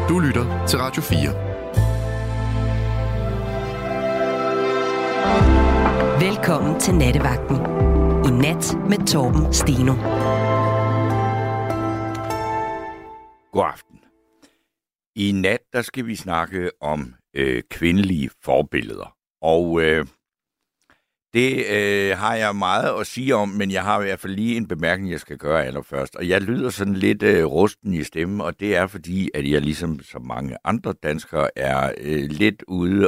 Du lytter til Radio 4. Velkommen til Nattevagten. I nat med Torben Steno. God aften. I nat, der skal vi snakke om kvindelige forbilleder. Og det har jeg meget at sige om, men jeg har i hvert fald lige en bemærkning, jeg skal gøre allerførst. Og jeg lyder sådan lidt rusten i stemmen, og det er fordi, at jeg ligesom så mange andre danskere er lidt ude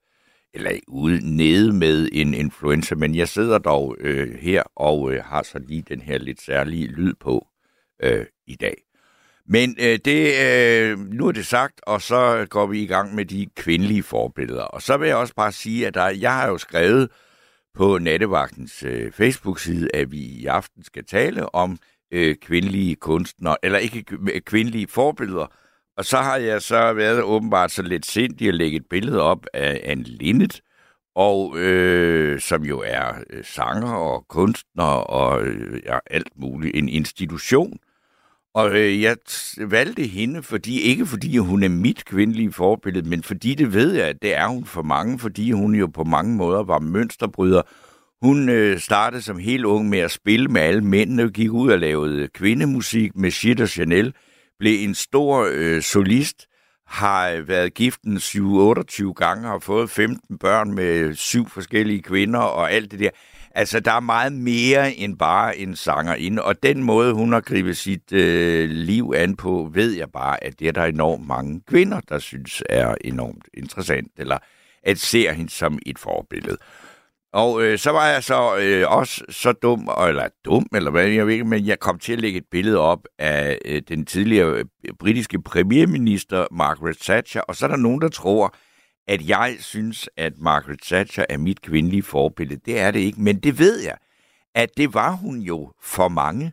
nede med en influenza, men jeg sidder dog her og har så lige den her lidt særlige lyd på i dag. Men nu er det sagt, og så går vi i gang med de kvindelige forbilleder. Og så vil jeg også bare sige, at jeg har jo skrevet på Nattevagtens Facebook-side, at vi i aften skal tale om kvindelige kunstnere, eller ikke kvindelige forbilleder. Og så har jeg så været åbenbart så lidt sindig at lægge et billede op af Anne Linnet, og som jo er sanger og kunstner og alt muligt, en institution. Og jeg valgte hende, ikke fordi hun er mit kvindelige forbillede, men fordi det ved jeg, at det er hun for mange, fordi hun jo på mange måder var mønsterbryder. Hun startede som helt ung med at spille med alle mændene, gik ud og lavede kvindemusik med Shit og Chanel, blev en stor solist, har været gift 27-28 gange, har fået 15 børn med 7 forskellige kvinder og alt det der. Altså, der er meget mere end bare en sangerinde, og den måde, hun har gribet sit liv an på, ved jeg bare, at det er der enormt mange kvinder, der synes er enormt interessant, eller at ser hende som et forbillede. Og så var jeg så også så dum, eller hvad jeg ved ikke, men jeg kom til at lægge et billede op af den tidligere britiske premierminister Margaret Thatcher, og så er der nogen, der tror, at jeg synes, at Margaret Thatcher er mit kvindelige forbillede. Det er det ikke, men det ved jeg, at det var hun jo for mange,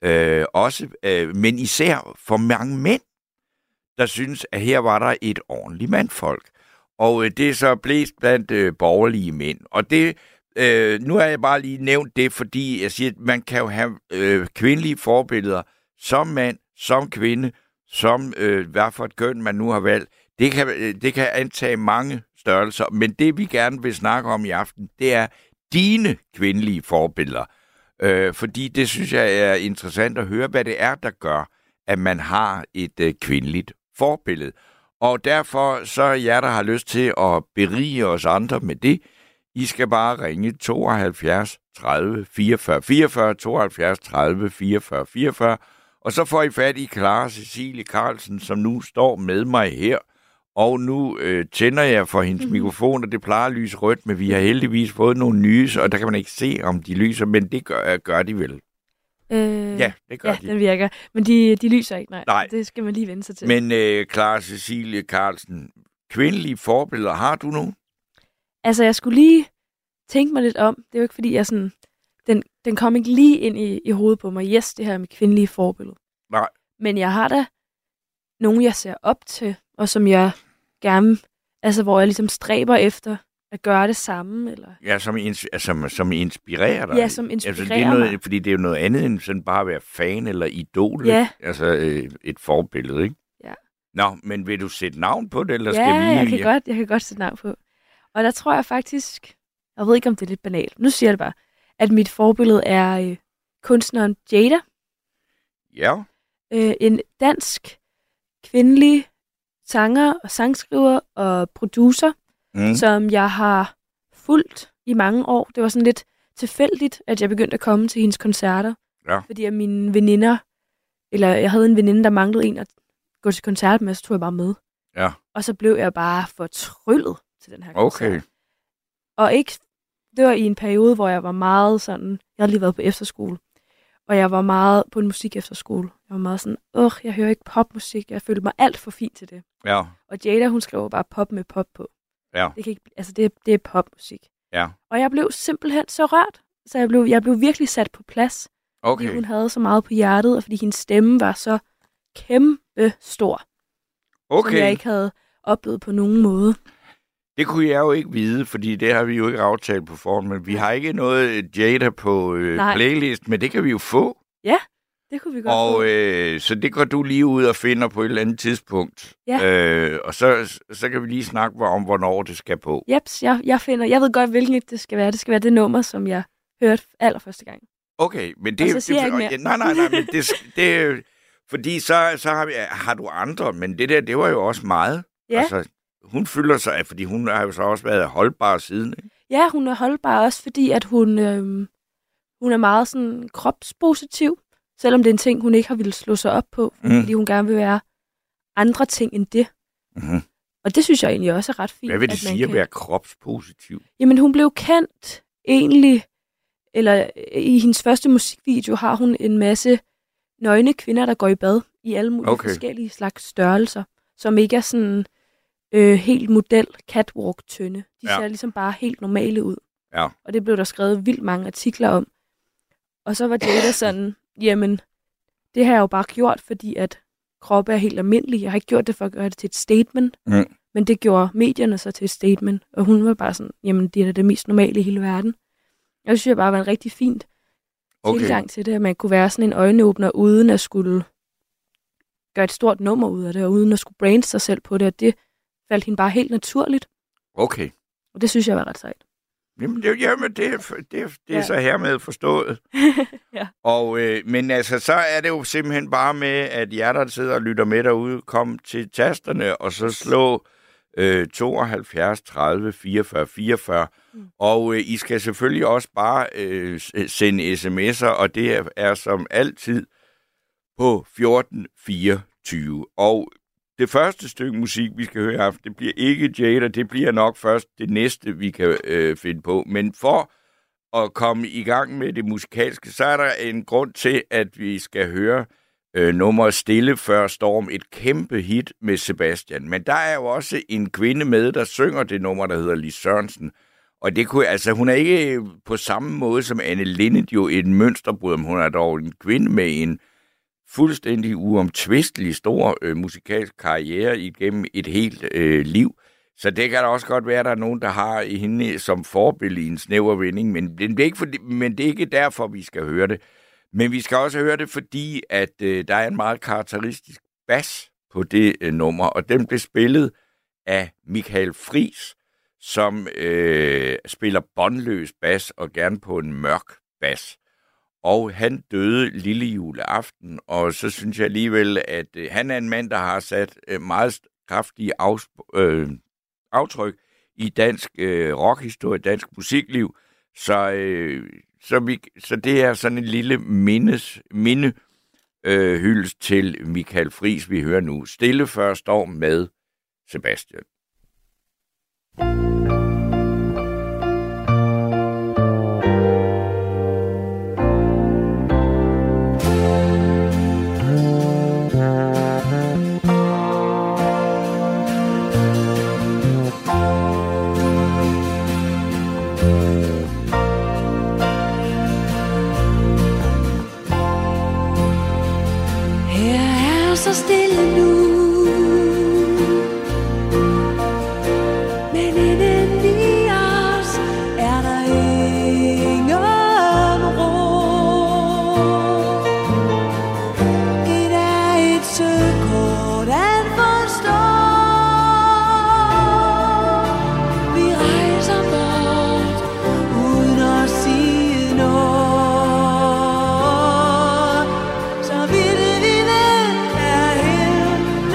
men især for mange mænd, der synes, at her var der et ordentligt mandfolk. Og det er så blæst blandt borgerlige mænd. Og det, nu har jeg bare lige nævnt det, fordi jeg siger, at man kan jo have kvindelige forbilleder som mand, som kvinde, som hvad for et køn man nu har valgt. Det kan antage mange størrelser, men det vi gerne vil snakke om i aften, det er dine kvindelige forbilleder. Fordi det synes jeg er interessant at høre, hvad det er, der gør, at man har et kvindeligt forbillede. Og derfor så er jer, der har lyst til at berige os andre med det, I skal bare ringe 72 30 44 44, 72 30 44 44, og så får I fat i Clara Cecilie Carlsen, som nu står med mig her. Og nu tænder jeg for hendes mikrofon, og det plejer at lyse rødt, men vi har heldigvis fået nogle nye, og der kan man ikke se, om de lyser, men det gør de vel. Ja, det gør de. Ja, den virker. Men de lyser ikke, nej. Det skal man lige vende sig til. Men Clara Cecilie Carlsen, kvindelige forbilleder, har du nogen? Altså, jeg skulle lige tænke mig lidt om. Det er jo ikke, fordi jeg sådan... Den kom ikke lige ind i hovedet på mig. Yes, det her med kvindelige forbilleder. Nej. Men jeg har da nogen, jeg ser op til, og som jeg gerne... Altså, hvor jeg ligesom stræber efter at gøre det samme, eller... Ja, som inspirerer dig. Ja, som inspirerer mig. Fordi det er jo noget andet end sådan bare at være fan eller idol. Ja. Altså et forbillede, ikke? Ja. Nå, men vil du sætte navn på det, eller skal vi... Ja, jeg kan godt sætte navn på. Og der tror jeg faktisk... Jeg ved ikke, om det er lidt banalt. Nu siger jeg det bare, at mit forbillede er kunstneren Jada. Ja. En dansk kvindelig sanger og sangskriver og producer, som jeg har fulgt i mange år. Det var sådan lidt tilfældigt, at jeg begyndte at komme til hendes koncerter. Ja. Fordi at mine veninder, eller jeg havde en veninde, der manglede en at gå til koncert med, så tog jeg bare med. Ja. Og så blev jeg bare fortryllet til den her koncert. Okay. Og det var i en periode, hvor jeg var meget sådan, jeg havde lige været på efterskole, og jeg var meget på en musikefterskole. Jeg var meget sådan, jeg hører ikke popmusik, jeg følte mig alt for fin til det. Ja. Og Jada, hun skrev bare pop med pop på. Ja. Det kan ikke, altså det er popmusik. Ja. Og jeg blev simpelthen så rørt, så jeg blev virkelig sat på plads. Okay. Fordi hun havde så meget på hjertet, og fordi hendes stemme var så kæmpe stor. Okay. Som jeg ikke havde oplevet på nogen måde. Det kunne jeg jo ikke vide, fordi det har vi jo ikke aftalt på forhånd, men vi har ikke noget Jada på playlist, men det kan vi jo få. Ja. Det kunne vi godt Og få. så det går du lige ud og finder på et eller andet tidspunkt. Ja. Og så kan vi lige snakke om, hvornår det skal på. Jeps, jeg ved godt, hvilket det skal være. Det skal være det nummer, som jeg hørte allerførste gang. Okay, men det... Og så siger jeg ikke mere. Nej, men det fordi så har du andre, men det var jo også meget. Ja. Altså, hun fylder sig, fordi hun har jo så også været holdbar siden, ikke? Ja, hun er holdbar også, fordi at hun er meget sådan kropspositiv, selvom det er en ting, hun ikke har ville slå sig op på, fordi hun gerne vil være andre ting end det. Mm-hmm. Og det synes jeg egentlig også er ret fint. Hvad vil det sige at være kropspositiv? Jamen, hun blev kendt egentlig, eller i hendes første musikvideo har hun en masse nøgne kvinder, der går i bad i alle mulige forskellige slags størrelser, som ikke er sådan helt model catwalk-tynde. De ser ligesom bare helt normale ud. Ja. Og det blev der skrevet vildt mange artikler om. Og så var Jada sådan, jamen, det har jeg jo bare gjort, fordi at kroppe er helt almindelig. Jeg har ikke gjort det for at gøre det til et statement, men det gjorde medierne så til et statement. Og hun var bare sådan, jamen, det er det mest normale i hele verden. Og det synes jeg bare var en rigtig fint tilgang til det, at man kunne være sådan en øjenåbner, uden at skulle gøre et stort nummer ud af det, og uden at skulle brande sig selv på det, og det faldt hende bare helt naturligt. Okay. Og det synes jeg var ret sejt. Jamen, det er så hermed forstået. Ja. Og, men altså, så er det jo simpelthen bare med, at jer, der sidder og lytter med derude, kom til tasterne, og så slå 72 30 44 44. Og I skal selvfølgelig også bare sende sms'er, og det er som altid på 1424. Og det første stykke musik, vi skal høre i aften, det bliver ikke Jada, det bliver nok først det næste, vi kan finde på. Men for at komme i gang med det musikalske, så er der en grund til, at vi skal høre nummeret Stille før storm, et kæmpe hit med Sebastian. Men der er jo også en kvinde med, der synger det nummer, der hedder Lis Sørensen. Og det kunne, altså, hun er ikke på samme måde som Anne Linnet jo en mønsterbrud, men hun er dog en kvinde med en fuldstændig uomtvistelig stor musikalsk karriere igennem et helt liv. Så det kan da også godt være, at der er nogen, der har hende som forbillede i en snæver vending, men det er ikke derfor, vi skal høre det. Men vi skal også høre det, fordi at der er en meget karakteristisk bas på det nummer, og den blev spillet af Michael Friis, som spiller båndløs bas og gerne på en mørk bas. Og han døde lille juleaften, og så synes jeg alligevel, at han er en mand, der har sat meget kraftige aftryk i dansk rockhistorie, dansk musikliv. Så det er sådan en lille hyldest til Michael Friis, vi hører nu. Stille før storm med Sebastian. Så stille nu, men inden i os er der ingen ro. Det er et sekund at forstå. Vi rejser bort uden at sige noget. Så vil vi vel herhen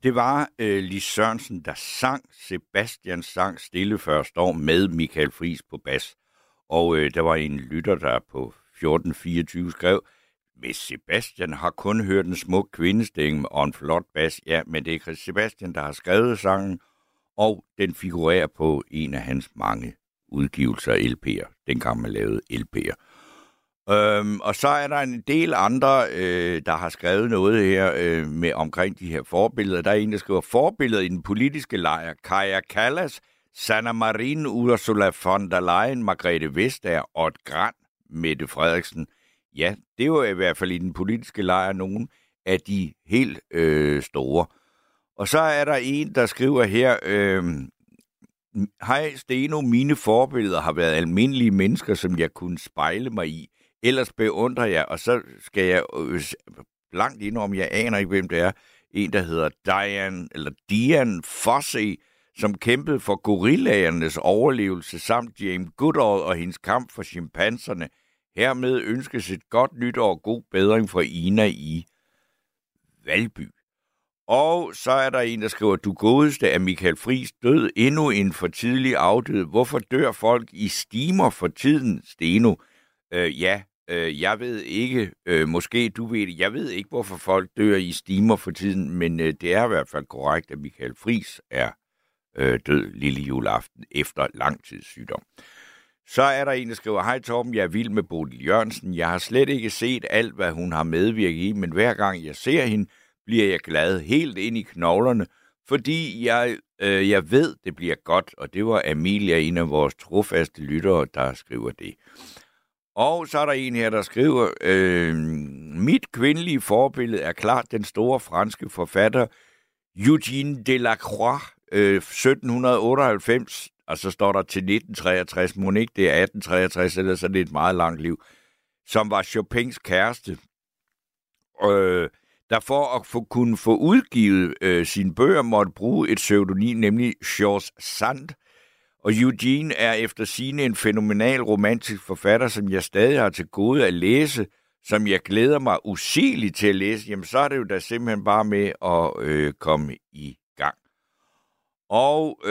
det var Lis Sørensen, der sang Sebastians sang Stille før storm med Michael Friis på bas. Og der var en lytter, der på 1424 skrev, hvis Sebastian har kun hørt en smuk kvindestemme og en flot bas, ja, men det er Sebastian, der har skrevet sangen, og den figurerer på en af hans mange udgivelser af LP'er, dengang man lavede LP'er. Og så er der en del andre, der har skrevet noget her med omkring de her forbilleder. Der er en, der skriver, forbilleder i den politiske lejr, Kaja Kallas, Sanna Marin, Ursula von der Leyen, Margrethe Vestager og et Gran, Mette Frederiksen. Ja, det var i hvert fald i den politiske lejr nogen af de helt store. Og så er der en, der skriver her, hej Steno, mine forbilleder har været almindelige mennesker, som jeg kunne spejle mig i. Ellers beundrer jeg, og så skal jeg langt indom, jeg aner ikke, hvem det er, en, der hedder Dian Fossey, som kæmpede for gorillaernes overlevelse, samt Jane Goodall og hendes kamp for chimpanserne. Hermed ønskes et godt nytår og god bedring for Ina i Valby. Og så er der en, der skriver, du godeste af Michael Friis død, endnu en for tidlig afdød. Hvorfor dør folk i stimer for tiden, Steno? Jeg ved ikke, måske du ved det, jeg ved ikke, hvorfor folk dør i stimer for tiden, men det er i hvert fald korrekt, at Michael Friis er død lille juleaften efter langtidssygdom. Så er der en, der skriver, hej Torben, jeg er vild med Bodil Jørgensen. Jeg har slet ikke set alt, hvad hun har medvirket i, men hver gang jeg ser hende, bliver jeg glad helt ind i knoglerne, fordi jeg ved, det bliver godt, og det var Amelia, en af vores trofaste lyttere, der skriver det. Og så er der en her, der skriver, mit kvindelige forbillede er klart den store franske forfatter Eugène Delacroix, 1798, og så står der til 1963, må ikke det er 1863, ellers er det et meget langt liv, som var Chopins kæreste, der for at kunne få udgivet sine bøger, måtte bruge et pseudonym, nemlig Georges Sand. Og Eugène er efter sigende en fænomenal romantisk forfatter, som jeg stadig har til gode at læse, som jeg glæder mig usigeligt til at læse. Jamen, så er det jo da simpelthen bare med at komme i gang. Og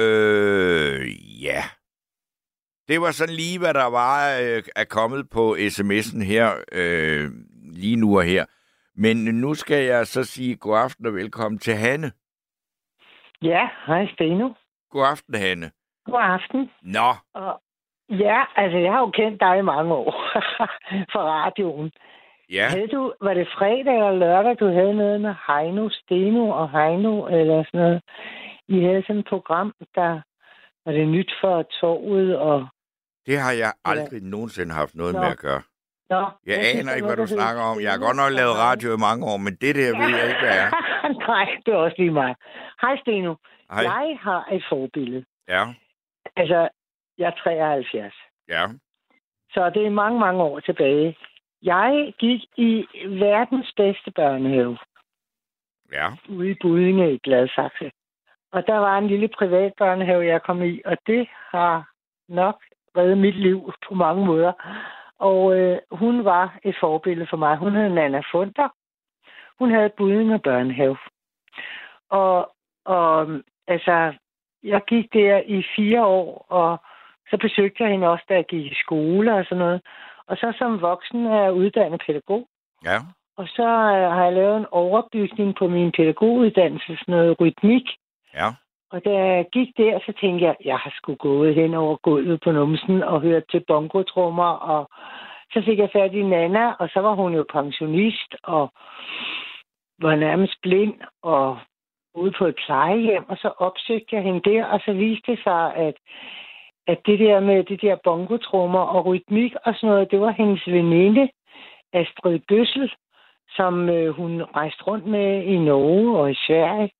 ja, det var sådan lige, hvad der var er kommet på sms'en her, lige nu og her. Men nu skal jeg så sige god aften og velkommen til Hanne. Ja, hej Steno. God aften, Hanne. God aften. Nå. Ja, altså jeg har jo kendt dig i mange år fra radioen. Ja. Var det fredag eller lørdag, du havde noget med Heino, Steno og Heino eller sådan noget? I havde sådan et program, der var det nyt for torvet og... Det har jeg aldrig nogensinde haft noget med at gøre. Nå, jeg aner ikke, hvad du snakker om. Jeg har godt nok lavet radio i mange år, men det der ved jeg ikke, hvad er. Nej, det er også lige mig. Hej Steno. Hej. Jeg har et forbillede. Ja. Altså, jeg er 73. Ja. Så det er mange, mange år tilbage. Jeg gik i verdens bedste børnehave. Ja. Ude i Buddinge i Gladsaxe. Og der var en lille privat børnehave, jeg kom i, og det har nok reddet mit liv på mange måder. Og hun var et forbillede for mig. Hun hed Nana Funder. Hun havde Buddinge børnehave. Og altså, jeg gik der i 4 år, og så besøgte jeg hende også, da jeg gik i skole og sådan noget. Og så som voksen er jeg uddannet pædagog. Ja. Og så har jeg lavet en overbygning på min pædagoguddannelse, sådan noget rytmik. Ja. Og da jeg gik der, så tænkte jeg har sgu gået hen over gulvet på numsen og hørt til bongotrummer. Og så fik jeg fat i Nana, og så var hun jo pensionist og var nærmest blind og ude på et plejehjem. Og så opsøgte jeg hende der, og så viste det sig, at det der med de der bongotrummer og rytmik og sådan noget, det var hendes veninde, Astrid Gøssel, som hun rejste rundt med i Norge og i Sverige.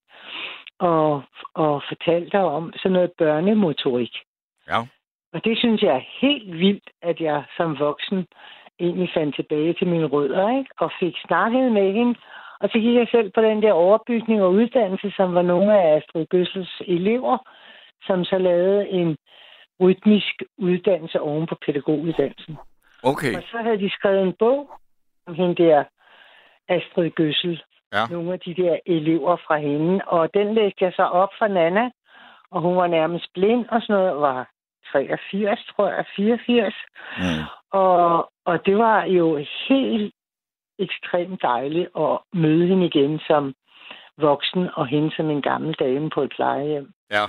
Og fortalte om sådan noget børnemotorik. Ja. Og det synes jeg er helt vildt, at jeg som voksen egentlig fandt tilbage til mine rødder, ikke? Og fik snakket med hende. Og så gik jeg selv på den der overbygning og uddannelse, som var nogle af Astrid Gøssels elever, som så lavede en rytmisk uddannelse oven på pædagoguddannelsen. Okay. Og så havde de skrevet en bog om hende der Astrid Gøssel. Ja. Nogle af de der elever fra hende. Og den læste jeg så op for Nana, og hun var nærmest blind og sådan noget, var 83, tror jeg, 84. Mm. Og det var jo helt ekstremt dejligt at møde hende igen som voksen, og hende som en gammel dame på et plejehjem. Ja.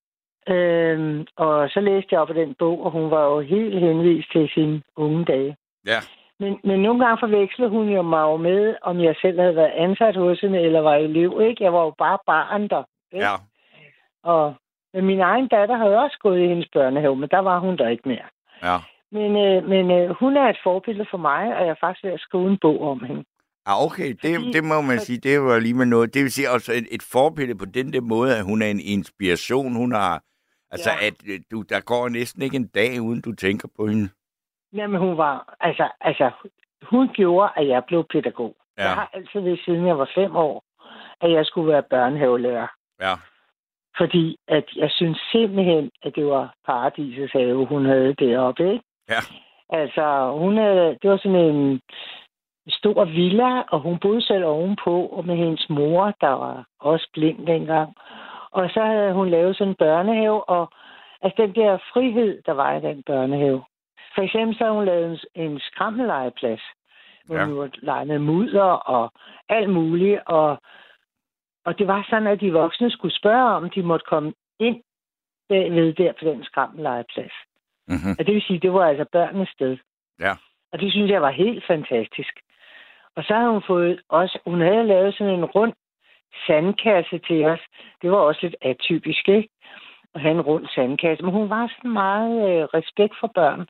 Og så læste jeg op af den bog, og hun var jo helt henvist til sine unge dage. Ja. Men nogle gange forvekslede hun jo mig med, om jeg selv havde været ansat hos hende, eller var elev, ikke? Jeg var jo bare barn der. Ikke? Ja. Og min egen datter havde også gået i hendes børnehave, men der var hun der ikke mere. Ja. Men hun er et forbillede for mig, og jeg er faktisk ved at skrive en bog om hende. Ah, okay. Det må man sige, det var lige med noget. Det vil sige også et forbillede på den der måde, at hun er en inspiration. Hun har, altså, Ja. at der går næsten ikke en dag, uden du tænker på hende. Jamen, hun var, altså, hun gjorde, at jeg blev pædagog. Ja. Jeg har altid ved, siden jeg var 5 år, at jeg skulle være børnehavelærer. Ja. Fordi at jeg synes simpelthen, at det var paradisets have, hun havde deroppe, ikke? Ja. Altså, det var sådan en stor villa, og hun boede selv ovenpå, og med hendes mor, der var også blind dengang. Og så havde hun lavet sådan en børnehave, og altså den der frihed, der var i den børnehave. For eksempel så havde hun lavet en skrammellegeplads, hvor Ja. hun var leget med mudder og alt muligt, og det var sådan, at de voksne skulle spørge, om de måtte komme ind ved der på den skrammellegeplads. Mm-hmm. Og det vil sige, det var altså børnenes sted. Ja. Og det synes jeg var helt fantastisk. Og så havde hun fået også, hun havde lavet sådan en rund sandkasse til os. Det var også lidt atypisk, ikke? At have en rund sandkasse. Men hun var sådan meget respekt for børn.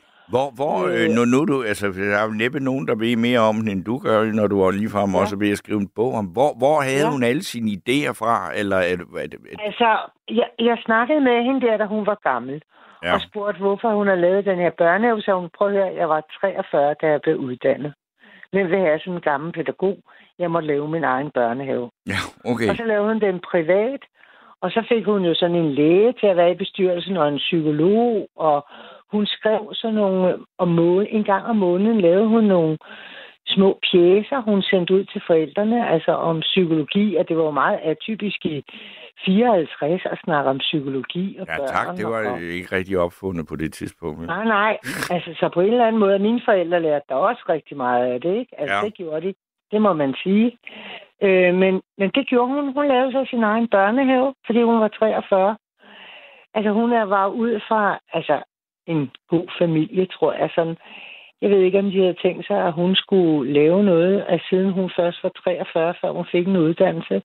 Når du, altså, der er jo næppe nogen, der ved mere om hende, end du gør, når du var ligefrem også ved at skrive en bog om. Hvor havde hun alle sine idéer fra? Eller, Altså, jeg snakkede med hende der, da hun var gammel. Ja. Og spurgte, hvorfor hun har lavet den her børnehave. Så hun prøvede at høre, jeg var 43, da jeg blev uddannet. Hvem vil have sådan en gammel pædagog? Jeg måtte lave min egen børnehave. Ja, okay. Og så lavede hun den privat. Og så fik hun jo sådan en læge til at være i bestyrelsen, og en psykolog, og hun skrev sådan nogle en gang om måneden lavede hun nogle små pjecer, hun sendte ud til forældrene, altså om psykologi, og det var jo meget atypisk i 54 at snakke om psykologi og børn. Ja, tak. Det var ikke rigtig opfundet på det tidspunkt. Nej. Altså, så på en eller anden måde, mine forældre lærte der også rigtig meget af det, ikke? Altså, Ja. det gjorde de. Det må man sige. Men det gjorde hun. Hun lavede så sin egen børnehave, fordi hun var 43. Altså, hun var ud fra en god familie, tror jeg. Sådan. Jeg ved ikke, om de havde tænkt sig, at hun skulle lave noget, af siden hun først var 43, før hun fik en uddannelse.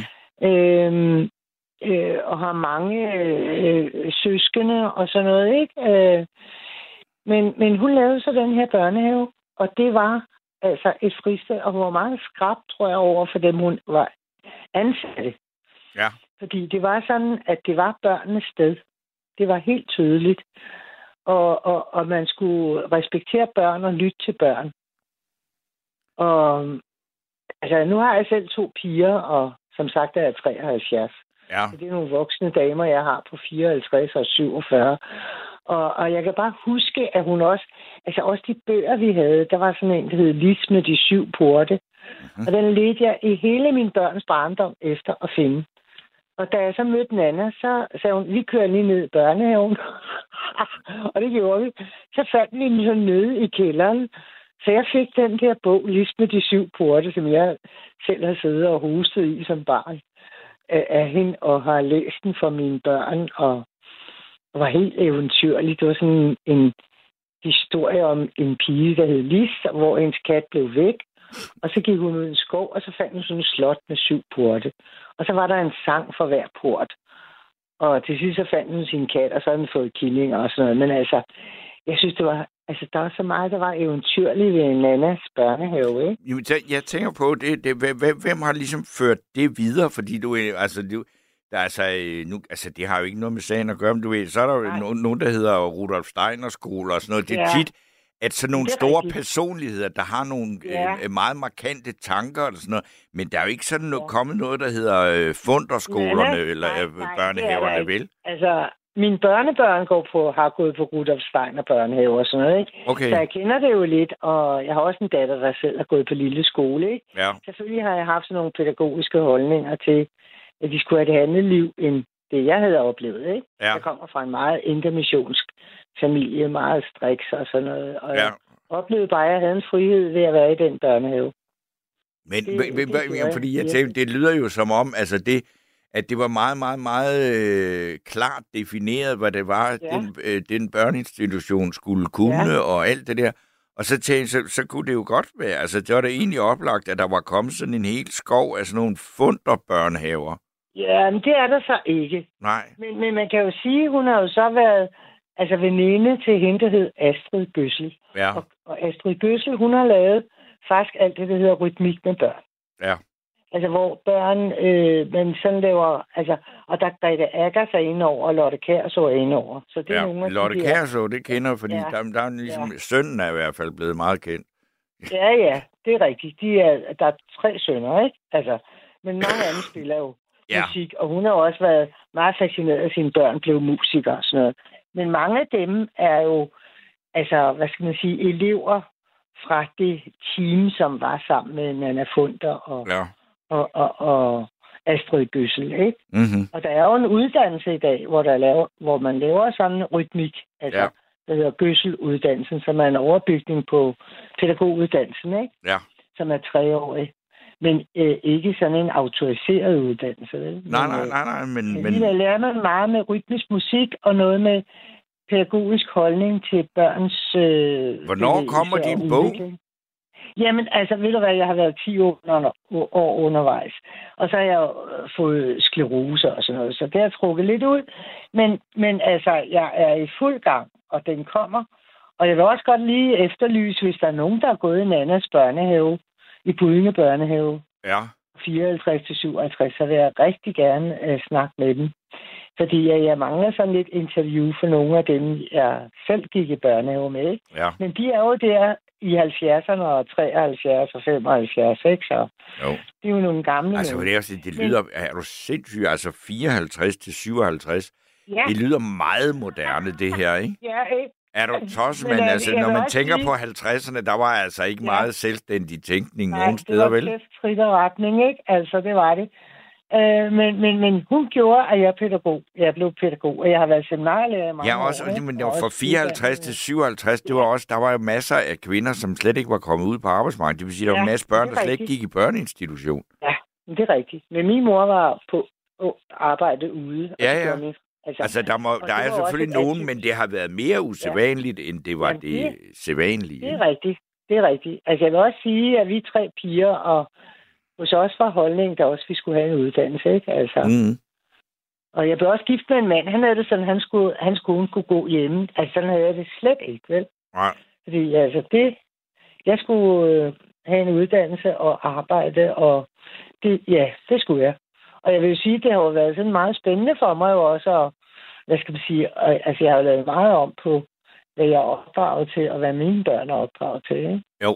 Mm. Og har mange søskende og sådan noget, ikke? Men hun lavede så den her børnehave, og det var altså et fristed, og hun var meget skrap, tror jeg, over for dem, hun var ansatte. Ja. Fordi det var sådan, at det var børnenes sted. Det var helt tydeligt. Og man skulle respektere børn og lytte til børn. Og altså, nu har jeg selv 2 piger, og som sagt er jeg 73. Ja. Så det er nogle voksne damer, jeg har på 54 og 47. Og jeg kan bare huske, at hun også de bøger, vi havde, der var sådan en, der hed Lis med de 7 porte. Mm-hmm. Og den ledte jeg i hele min børns barndom efter at finde. Og da jeg så mødte Nana, så sagde hun, vi kører lige ned i børnehaven. Og det gjorde vi. Så fandt vi den så nede i kælderen. Så jeg fik den der bog, Lis med de 7 porte, som jeg selv har siddet og hostet i som barn af hende, og har læst den for mine børn, og var helt eventyrlig. Det var sådan en historie om en pige, der hed Lis, hvor hendes kat blev væk. Og så gik hun ud i en skov, og så fandt hun sådan et slot med 7 porte. Og så var der en sang for hver port. Og til sidst så fandt hun sin kat, og så havde hun fået killinger og sådan noget. Men altså, jeg synes, det var... Altså, der var så meget, der var eventyrligt ved Nannas børnehave, ikke? Jamen, jeg tænker på, hvem har ligesom ført det videre? Fordi det har jo ikke noget med sagen at gøre, men du ved, så er der jo nogen, der hedder Rudolf Steiner skole og sådan noget. Det er tit, at sådan nogle store personligheder, der har nogle meget markante tanker eller sådan noget, men der er jo ikke sådan kommet noget, der hedder funderskolerne eller børnehaverne, vel? Altså, mine børnebørn har gået på Rudolf Steiner børnehave og sådan noget, ikke? Okay. Så jeg kender det jo lidt, og jeg har også en datter, der selv har gået på lille skole, ikke? Ja. Selvfølgelig har jeg haft sådan nogle pædagogiske holdninger til, at de skulle have et andet liv, end det, jeg havde oplevet, ikke? Ja. Jeg kommer fra en meget intermissionsk familie, meget striks og sådan noget, og jeg oplevede bare, at jeg havde en frihed ved at være i den børnehave. Men fordi jeg tænkte, det lyder jo som om, altså at det var meget, meget, meget klart defineret, hvad det var, den børneinstitution skulle kunne, og alt det der. Og så tænkte jeg, så kunne det jo godt være, altså det var da egentlig oplagt, at der var kommet sådan en hel skov af sådan nogle funderbørnehaver. Ja, men det er der så ikke. Nej. Men man kan jo sige, hun har jo så været veninde til hende, der hed Astrid Gøssel. Ja. Og Astrid Gøssel, hun har lavet faktisk alt det, der hedder rytmik med børn. Ja. Altså, hvor børn, man sådan laver, altså, og der Grete Ackers er inde over, og Lotte Kjærså er inde over. Så det er nogle af Lotte Kjærså, det kender, fordi der er ligesom, sønnen er i hvert fald blevet meget kendt. Ja, det er rigtigt. Der er 3 sønner, ikke? Altså, men mange af dem spiller jo musik, og hun har også været meget fascineret af, at sine børn blev musikere og sådan noget. Men mange af dem er jo, altså, hvad skal man sige, elever fra det team, som var sammen med Nanna Funder og Astrid Gøssel, ikke? Mm-hmm. Og der er jo en uddannelse i dag, hvor man laver sådan en rytmik, altså, der hedder Gøssel-uddannelsen, som er en overbygning på pædagoguddannelsen, ikke? Ja. Som er 3-årig. Men ikke sådan en autoriseret uddannelse, vel? Nej, men... Der lærer man meget med rytmisk musik og noget med pædagogisk holdning til børns... Hvornår kommer din bog? Jamen, altså, ved du hvad, jeg har været 10 år undervejs. Og så har jeg fået sklerose og sådan noget, så det har trukket lidt ud. Men altså, jeg er i fuld gang, og den kommer. Og jeg vil også godt lige efterlyse, hvis der er nogen, der er gået i Nannas børnehave, i Budinge børnehave, 54 til 57, så vil jeg rigtig gerne snakke med dem. Fordi jeg mangler sådan lidt interview for nogle af dem, jeg selv gik i børnehave med. Ikke? Ja. Men de er jo der i 70'erne og 73 og 75, ikke? Så det er jo nogle gamle... Altså, det lyder... Er du sindssygt? Altså, 54 til 57. Ja. Det lyder meget moderne, det her, ikke? Ja, ikke? Er du tosset, men altså, når man tænker på 50'erne, der var altså ikke meget selvstændig tænkning nogen steder, vel? Nej, det var skridt og retning, ikke? Altså, det var det. Men hun gjorde, at jeg er pædagog. Jeg blev pædagog, og jeg har været seminarlærer i mange år. Også, men det var fra 54 til 57, det var også, der var jo masser af kvinder, som slet ikke var kommet ud på arbejdsmarkedet. Det vil sige, der var en masse børn, der slet ikke gik i børneinstitution. Ja, det er rigtigt. Men min mor var på arbejde ude. Ja. Altså, der er selvfølgelig nogen, men det har været mere usædvanligt, end det var det sædvanlige. Det er rigtigt. Altså, jeg vil også sige, at vi 3 piger, og hos os var holdningen, der også vi skulle have en uddannelse, ikke? Altså. Mm. Og jeg blev også gift med en mand. Han havde det sådan, hans kone kunne gå hjemme. Altså, sådan havde jeg det slet ikke, vel? Nej. Fordi, altså, jeg skulle have en uddannelse og arbejde, og det skulle jeg. Og jeg vil sige, det har jo været sådan meget spændende for mig jo også, og hvad skal man sige, altså jeg har lavet meget om på, hvad jeg er opdraget til, og hvad mine børn er opdraget til, ikke? Jo.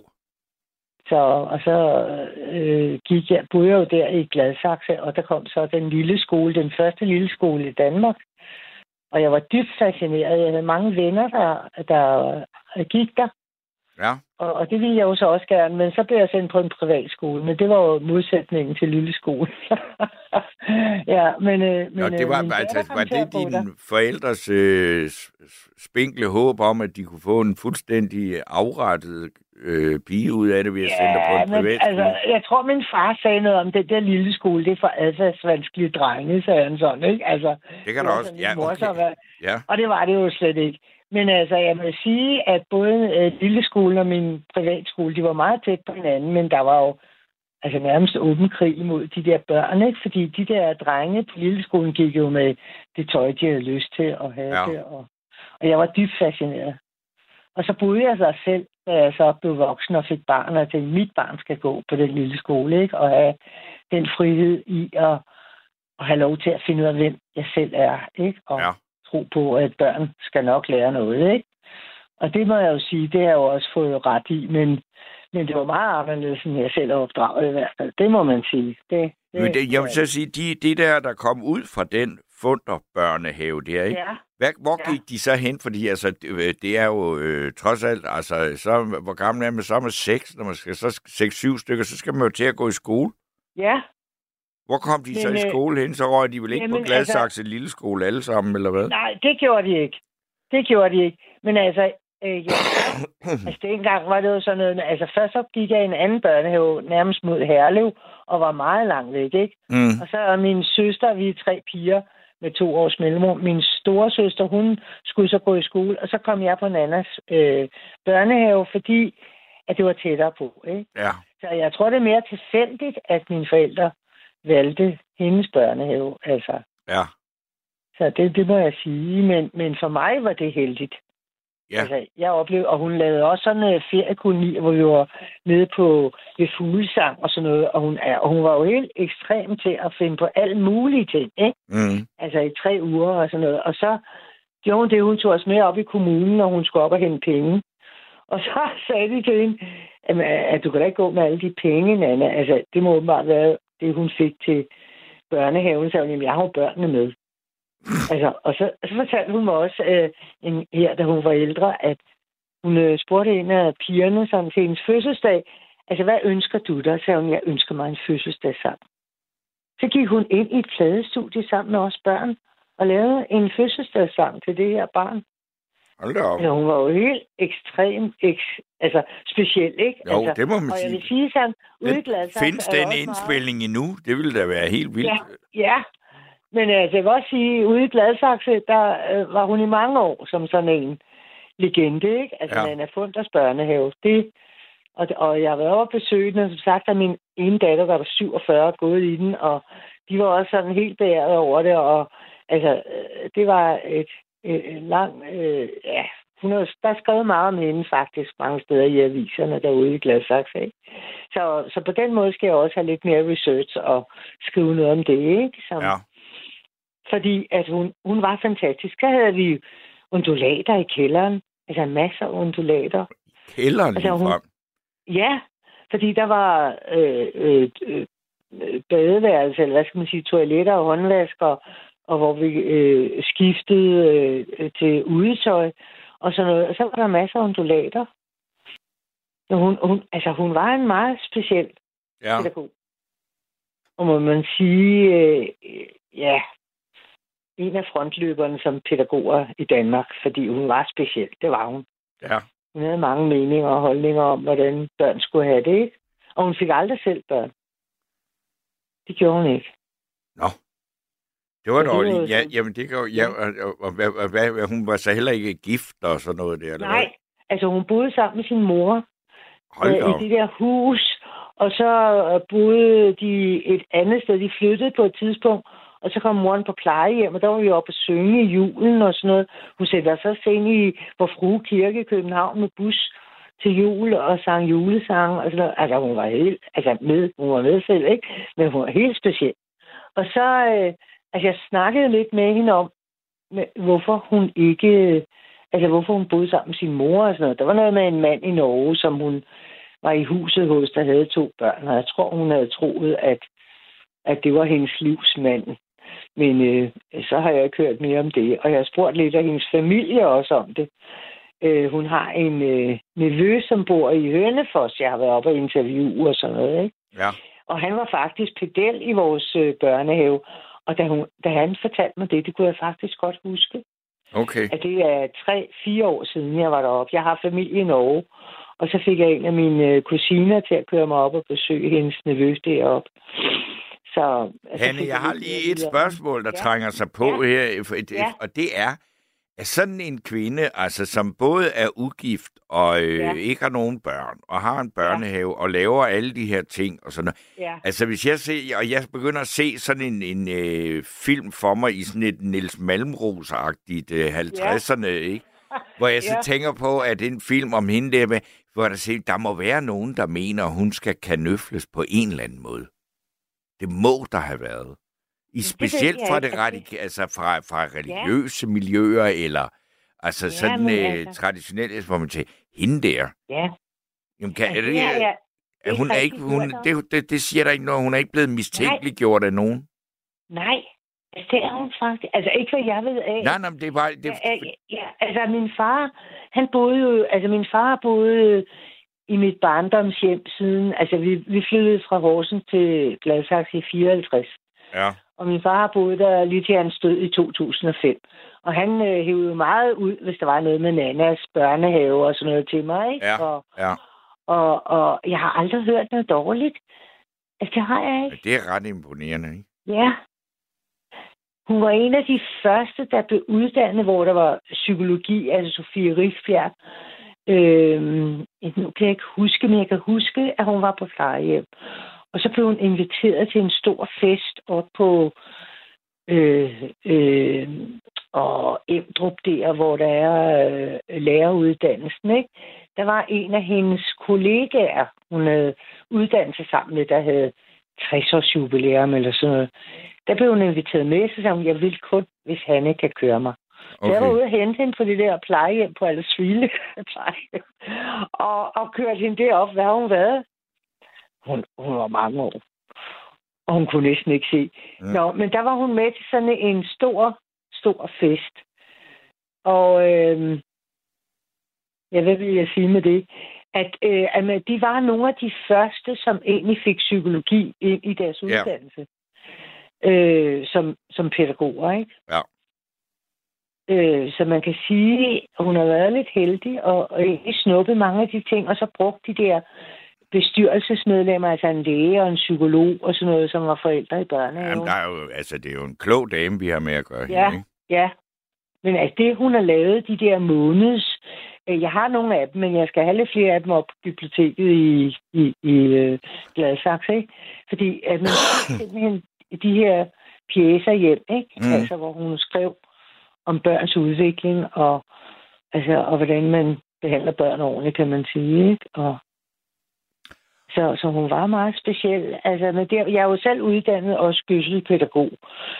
Boede jeg jo der i Gladsaxe, og der kom så den første lille skole i Danmark. Og jeg var dybt fascineret. Jeg havde mange venner, der gik der. Ja. Og det ville jeg jo så også gerne, men så blev jeg sendt på en privatskole. Men det var jo modsætningen til lille skole. Var det dine forældres spinkle håb om, at de kunne få en fuldstændig afrettet pige ud af det ved at sende dig på en privatskole? Altså, jeg tror, min far sagde noget om det der lille skole. Det er for adfærdsvanskelige drenge, sagde han sådan, ikke? Altså, det kan der også. Ja, okay. Og det var det jo slet ikke. Men altså, jeg vil sige, at både lille skole og min privatskole, de var meget tæt på hinanden, men der var jo altså nærmest åben krig imod de der børn, ikke? Fordi de der drenge på lille skolen gik jo med det tøj, de havde lyst til at have det, og jeg var dybt fascineret. Og så boede jeg så selv, da jeg så blev voksen og fik barn, og tænkte, mit barn skal gå på den lille skole, ikke? Og have den frihed i at have lov til at finde ud af, hvem jeg selv er, ikke? Og tro på, at børn skal nok lære noget, ikke? Og det må jeg jo sige, det har jeg jo også fået ret i, men det var meget anderledes, end jeg selv har opdraget i hvert fald. Det må man sige. Jeg vil så sige, de der kom ud fra den Funderbørnehave der, ikke? Ja. Hvor gik de så hen? Fordi altså, det er jo trods alt, altså, så, hvor gammel er man? Så er man 6, når man skal så 6-7 stykker, så skal man jo til at gå i skole. Ja. Hvor kom de så i skole hen? Så røg de vel ikke på Gladsaxe lille skole alle sammen, eller hvad? Nej, det gjorde de ikke. Men altså, altså dengang var det jo sådan noget, altså først så gik jeg i en anden børnehave, nærmest mod Herlev, og var meget langt væk, ikke? Mm. Og så er min søster, vi er 3 piger med 2 års mellemrum. Min store søster, hun skulle så gå i skole, og så kom jeg på Nannas børnehave, fordi at det var tættere på, ikke? Ja. Så jeg tror, det er mere tilfældigt, at mine forældre valgte hendes børnehave, altså. Ja. Så det må jeg sige, men for mig var det heldigt. Ja. Altså, jeg oplevede, og hun lavede også sådan en feriekoloni, hvor vi var nede på ved fuglesang og sådan noget, og hun var jo helt ekstrem til at finde på alle mulige ting, ikke? Mm. Altså i 3 uger og sådan noget. Og så gjorde hun det, hun tog os med op i kommunen, når hun skulle op og hente penge. Og så sagde de til hende, at du kan da ikke gå med alle de penge, Nanna. Altså, det må åbenbart være det, hun fik til børnehaven. Så jeg har jo børnene med. Altså, og så fortalte hun mig også her, da hun var ældre, at hun spurgte en af pigerne sådan, til hendes fødselsdag, altså, hvad ønsker du der? Så sagde hun, jeg ønsker mig en fødselsdagssang. Så gik hun ind i et pladestudie sammen med os børn og lavede en fødselsdagssang til det her barn. Hold da op. Altså, hun var jo helt ekstrem, speciel, ikke? Jo, altså, det må man og sige. jeg vil sige sådan, ude i Gladsaxe... Findes den indspilning endnu? Det ville da være helt vildt. Ja. Men altså, jeg vil også sige, ude i Gladsaxe, der var hun i mange år som sådan en legende, ikke? Altså, Nanna Funders børnehave. Og jeg har været over at besøge den, og som sagt, at min ene datter var der 47 gået i den, og de var også sådan helt beæret over det, og altså, det var et lang... der er skrevet meget om hende faktisk mange steder i aviserne derude i Gladsaxe, ikke? Så på den måde skal jeg også have lidt mere research og skrive noget om det, ikke? Fordi at hun var fantastisk. Så havde vi undulater i kælderen. Altså masser af undulater. Kælderen altså, ja, fordi der var badeværelse, eller hvad skal man sige, toiletter og håndvasker, og hvor vi skiftede til udetøj og sådan noget. Og så var der masser af undulater. Hun var en meget speciel pædagog. Og må man sige, en af frontløberne som pædagoger i Danmark, fordi hun var speciel. Det var hun. Ja. Hun havde mange meninger og holdninger om, hvordan børn skulle have det, ikke? Og hun fik aldrig selv børn. Det gjorde hun ikke. Nå. Det var dårligt. Ja, jamen det gjorde... Ja, og hun var så heller ikke gift og sådan noget der? Eller nej. Hvad? Altså hun boede sammen med sin mor i det der hus, og så boede de et andet sted. De flyttede på et tidspunkt, og så kom moren på plejehjem, og der var vi oppe at synge i julen og sådan noget. Hun sætter sig også ind i Vor Frue Kirke i København med bus til jul og sang julesange og sådan noget. Altså hun var helt hun var med selv, ikke? Men hun var helt speciel. Og så, jeg snakkede lidt med hende om, hvorfor hun boede sammen med sin mor og sådan noget. Der var noget med en mand i Norge, som hun var i huset hos, der havde 2 børn, og jeg tror, hun havde troet, at det var hendes livsmand. Men så har jeg ikke hørt mere om det. Og jeg har spurgt lidt af hendes familie også om det. Hun har en nevø, som bor i Hønefoss. Jeg har været oppe og interviewe og sådan noget, ikke? Ja. Og han var faktisk pedel i vores børnehave. Og da han fortalte mig det kunne jeg faktisk godt huske. Okay. At det er 3-4 år siden, jeg var deroppe. Jeg har familie i Norge. Og så fik jeg en af mine kusiner til at køre mig op og besøge hendes nevø deroppe. Så, Hanne, jeg har lige et spørgsmål, der trænger sig på her, og det er, at sådan en kvinde, altså som både er ugift og ikke har nogen børn, og har en børnehave og laver alle de her ting og sådan noget. Altså hvis jeg begynder at se sådan en film for mig i sådan et Niels Malmros-agtigt 50'erne, ikke? Hvor jeg så tænker på, at en film om hende der med, hvor der må være nogen, der mener, at hun skal kanøfles på en eller anden måde. Det må der have været. Specielt fra det fra religiøse miljøer, eller altså sådan traditionelt, hvor man tænker, hende der. Ja. Jamen, hun er ikke, det siger der ikke noget, hun er ikke blevet mistænkeliggjort af nogen. Nej, Det er hun faktisk. Altså, ikke hvad jeg ved af. Nej, det er bare... Altså, min far, han boede jo... Altså, min far boede i mit barndomshjem siden... Altså, vi flyttede fra Horsens til Gladsaxe i 54. Ja. Og min far har boet der lige til hans død i 2005. Og han hævde meget ud, hvis der var noget med Nannas børnehave og sådan noget til mig, ikke? Ja. Og jeg har aldrig hørt noget dårligt. Altså, det har jeg ikke. Det er ret imponerende, ikke? Ja. Hun var en af de første, der blev uddannet, hvor der var psykologi, altså Sofie Rifbjerg. Nu kan jeg ikke huske, men jeg kan huske, at hun var på plejehjem. Og så blev hun inviteret til en stor fest op på Emdrup der, hvor der er læreruddannelsen, ikke? Der var en af hendes kollegaer, hun havde uddannet sig sammen med, der havde 60-års jubilæum eller sådan noget. Der blev hun inviteret med, så sagde hun, jeg vil kun, hvis Hanne kan køre mig. Okay. Jeg var ude og hente hende på det der plejehjem på Aldersville og kørte hende derop. Hvad har hun været? Hun var mange år. Og hun kunne næsten ikke se. Nå, men der var hun med til sådan en stor fest. Og hvad vil jeg sige med det? At de var nogle af de første, som egentlig fik psykologi ind i deres uddannelse. Som pædagoger, ikke? Ja. Så man kan sige, at hun har været lidt heldig og egentlig snuppet mange af de ting, og så brugt de der bestyrelsesmedlemmer, altså en læge og en psykolog og sådan noget, som var forældre i børnehaven. Jamen, det er jo en klog dame, vi har med at gøre her, ikke? Ja. Men altså det, hun har lavet, de der måneds... Jeg har nogle af dem, men jeg skal have lidt flere af dem op på biblioteket i Gladsaxe, ikke? Fordi at man simpelthen de her pjecer hjem, ikke? Altså, hvor hun skrev om børns udvikling og hvordan man behandler børn ordentligt, kan man sige, ikke? Og så hun var meget speciel. Altså, men jeg er jo selv uddannet og gødselpædagog.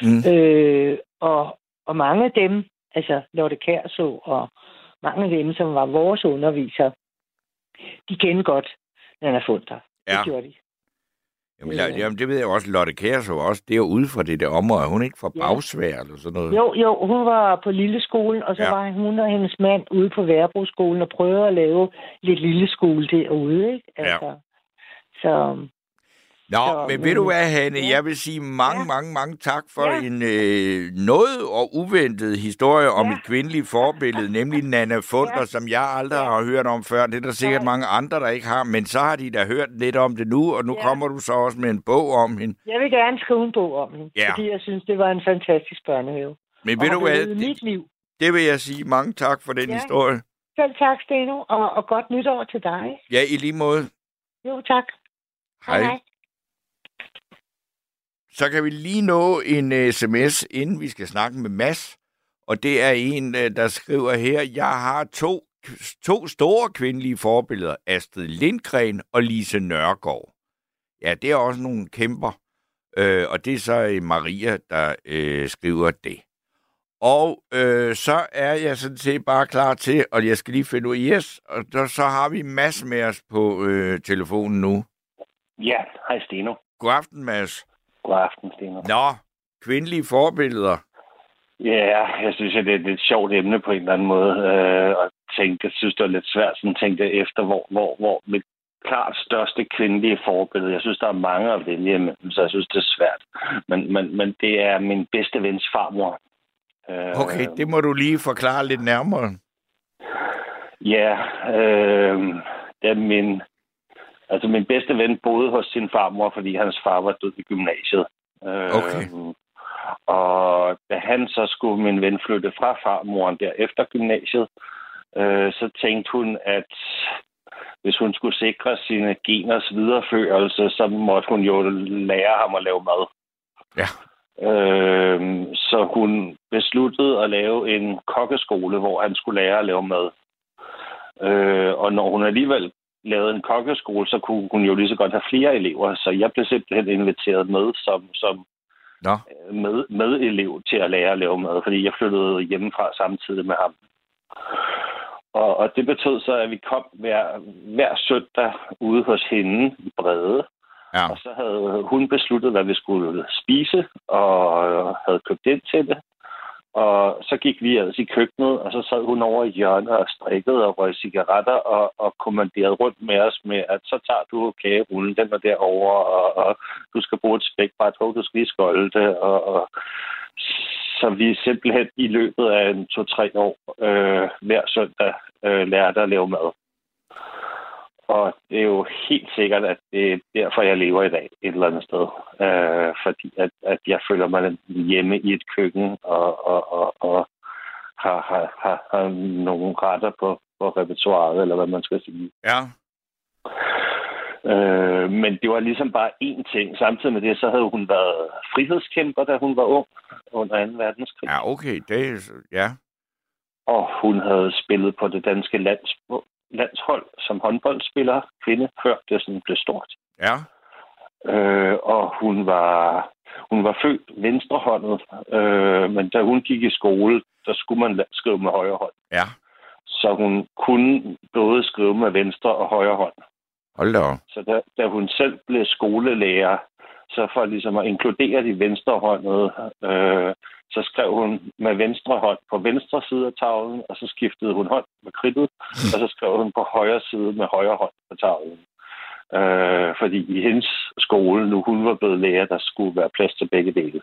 Og mange af dem, altså Lotte Kjærså og mange af dem, som var vores undervisere, de kendte godt Nanna Funder. Ja. Det gjorde de. Jamen, det ved jeg også. Lotte Kjærså også. Det er ude fra det der område. Hun er ikke fra Bagsvær eller sådan noget? Jo, hun var på Lilleskolen, og så var hun og hendes mand ude på Værebroskolen og prøvede at lave lidt lilleskole derude, ikke? Altså, men ved du hvad, Hanne? Jeg vil sige mange tak for en noget og uventet historie om et kvindeligt forbillede, nemlig Nanna Funder, som jeg aldrig har hørt om før. Det er der sikkert mange andre, der ikke har, men så har de da hørt lidt om det nu, og nu kommer du så også med en bog om hende. Jeg vil gerne skrive en bog om hende, fordi jeg synes, det var en fantastisk børnehave. Men ved du hvad? Mit liv. Det vil jeg sige. Mange tak for den historie. Selv tak, Steno, og godt nytår til dig. Ja, i lige måde. Jo, tak. Hej. Så kan vi lige nå en sms, inden vi skal snakke med Mads. Og det er en, der skriver her, jeg har to store kvindelige forbilleder, Astrid Lindgren og Lise Nørgaard. Ja, det er også nogle kæmper. Og det er så Maria, der skriver det. Og så er jeg sådan set bare klar til, og jeg skal lige finde ud af, og så har vi Mads med os på telefonen nu. Ja, hej Steno. God aften, Mads. God aften, Steno. Nå, kvindelige forbilleder. Ja, jeg synes, at det er et sjovt emne på en eller anden måde. Og jeg synes, det er lidt svært sådan at tænke efter, hvor mit klart største kvindelige forbillede. Jeg synes, der er mange at vælge imellem, så jeg synes, det er svært. Men det er min bedste vens farmor. Okay, det må du lige forklare lidt nærmere. Ja, det er min bedste ven boede hos sin farmor, fordi hans far var død i gymnasiet. Okay. Og da han så skulle min ven flytte fra farmoren der efter gymnasiet, så tænkte hun, at hvis hun skulle sikre sine geners videreførelse, så måtte hun jo lære ham at lave mad. Ja. Så hun besluttede at lave en kokkeskole, hvor han skulle lære at lave mad. Og når hun alligevel lavede en kokkeskole, så kunne hun jo lige så godt have flere elever. Så jeg blev simpelthen inviteret med som medelev til at lære at lave mad, fordi jeg flyttede hjemmefra samtidig med ham. Og det betød så, at vi kom hver søndag ude hos hende i Brede. Ja. Og så havde hun besluttet, hvad vi skulle spise, og havde købt ind til det. Og så gik vi altså i køkkenet, og så sad hun over i hjørnet og strikkede og røg cigaretter og kommanderede rundt med os med, at så tager du kagerullen, den er derovre, og du skal bruge et spækbræt, du skal lige skolde det. Og så vi simpelthen i løbet af 2-3 år hver søndag lærte at lave mad. Og det er jo helt sikkert, at det er derfor, jeg lever i dag et eller andet sted. Fordi at jeg føler mig hjemme i et køkken og har nogle retter på repertoiret, eller hvad man skal sige. Ja. Men det var ligesom bare én ting. Samtidig med det, så havde hun været frihedskæmper, da hun var ung under 2. verdenskrig. Ja, okay. Det er, ja. Og hun havde spillet på det danske landshold som håndboldspiller, kvinde, før det sådan blev stort. Ja. Og hun var født venstrehåndet, men da hun gik i skole, der skulle man skrive med højre hånd. Ja. Så hun kunne både skrive med venstre og højre hånd. Hold da op. Så da hun selv blev skolelærer, så for ligesom at inkludere de venstrehåndede, så skrev hun med venstre hånd på venstre side af tavlen, og så skiftede hun hånd med kridtet, og så skrev hun på højre side med højre hånd på tavlen. Fordi i hendes skole, nu hun var blevet lærer, der skulle være plads til begge dele.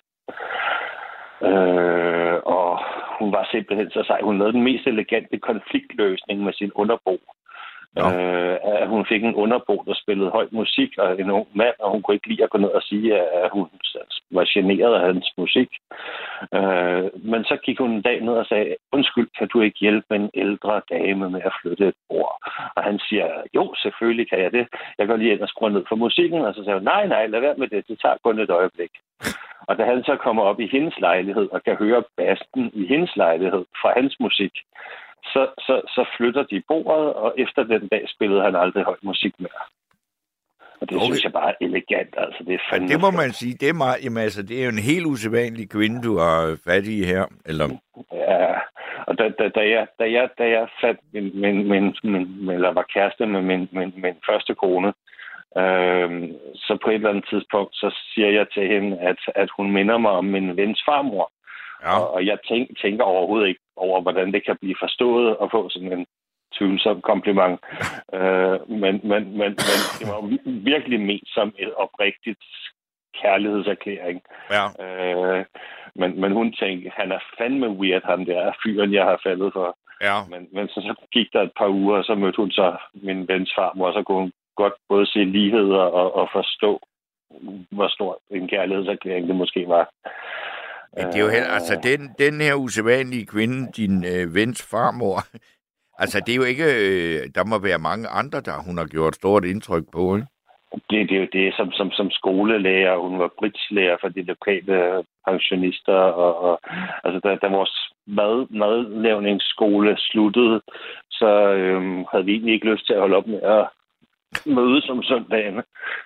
Og hun var simpelthen så sej. Hun lavede den mest elegante konfliktløsning med sin underbo. Ja. Hun fik en underbo, der spillede høj musik, og en ung mand, og hun kunne ikke lide at gå ned og sige, at hun var generet af hans musik. Men så gik hun en dag ned og sagde, undskyld, kan du ikke hjælpe en ældre dame med at flytte et bord? Og han siger, jo, selvfølgelig kan jeg det. Jeg går lige ind og skruer ned for musikken, og så siger hun, nej, lad være med det, det tager kun et øjeblik. Og da han så kommer op i hendes lejlighed og kan høre bassen i hendes lejlighed fra hans musik, så flytter de bordet, og efter den dag spillede han aldrig høj musik mere. Og det synes jeg bare er elegant. Altså, det er fandme... Det må man sige. Det er meget, jamen, altså, det er jo en helt usædvanlig kvinde, du har fat i her. Eller... Ja, og da jeg fandt eller var kæreste med min første kone, så på et eller andet tidspunkt, så siger jeg til hende, at hun minder mig om min vens farmor. Ja. Og jeg tænker overhovedet ikke over, hvordan det kan blive forstået og få sådan en tvivlsom kompliment. Men det var virkelig ment som et oprigtigt kærlighedserklæring. Ja. Men hun tænkte, han er fandme weird, ham der fyren, jeg har faldet for. Ja. Men så gik der et par uger, og så mødte hun så min vens farmor, og så kunne hun godt både se ligheder og forstå, hvor stor en kærlighedserklæring det måske var. Men det er jo altså den her usædvanlige kvinde, din vens farmor, altså det er jo ikke, der må være mange andre, der hun har gjort stort indtryk på, ikke? Det er jo det, som skolelærer, hun var bridgelærer for de lokale pensionister, og altså da vores madlavningsskole sluttede, så havde vi egentlig ikke lyst til at holde op med at mødes om søndagen.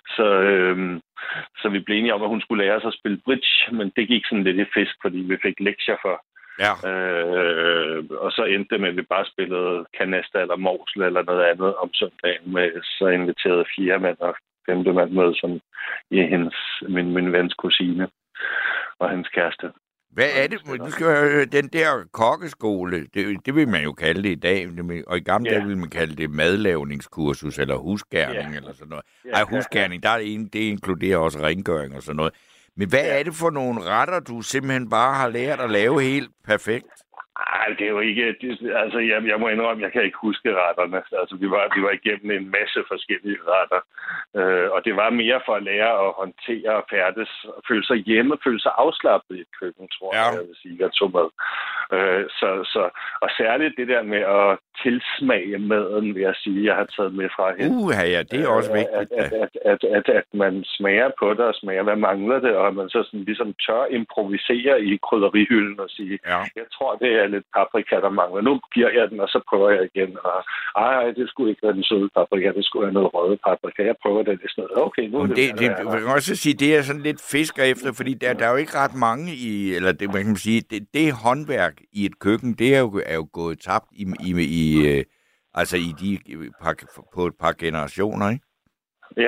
Så vi blev enige om, at hun skulle lære sig at spille bridge, men det gik sådan lidt i fisk, fordi vi fik lektier for. Ja. Og så endte det med, at vi bare spillede kanasta eller morsel eller noget andet om søndagen, med så inviterede 4 mand og 5. mand med, som i min vens kusine og hans kæreste. Hvad er det? Nu skal jeg den der kokkeskole, det vil man jo kalde det i dag, og i gamle dage vil man kalde det madlavningskursus eller husgerning eller sådan noget. Husgerning, det inkluderer også rengøring og sådan noget. Men hvad er det for nogle retter, du simpelthen bare har lært at lave helt perfekt? Nej, det er jo ikke... Altså, jeg må indrømme, jeg kan ikke huske retterne. Altså, vi var igennem en masse forskellige retter. Og det var mere for at lære at håndtere og færdes, føle sig hjemme, føle sig afslappet i et køkken, tror jeg vil sige, jeg tog med. Og særligt det der med at tilsmage maden, vil jeg sige, jeg har taget med fra hende. Ja, det er også vigtigt. At man smager på det og smager, hvad mangler det, og at man så sådan ligesom tør improvisere i krydderihylden og sige, jeg tror, det er lidt paprika, der mangler. Nu giver jeg den, og så prøver jeg igen. Og det skulle ikke være den søde paprika, det skulle være noget røde paprika. Jeg prøver det i stedet. Okay, nu er det jeg kan også sige, det er sådan lidt fisker efter, fordi der er jo ikke ret mange i, eller det, man kan sige, det håndværk i et køkken, det er jo gået tabt på et par generationer, ikke?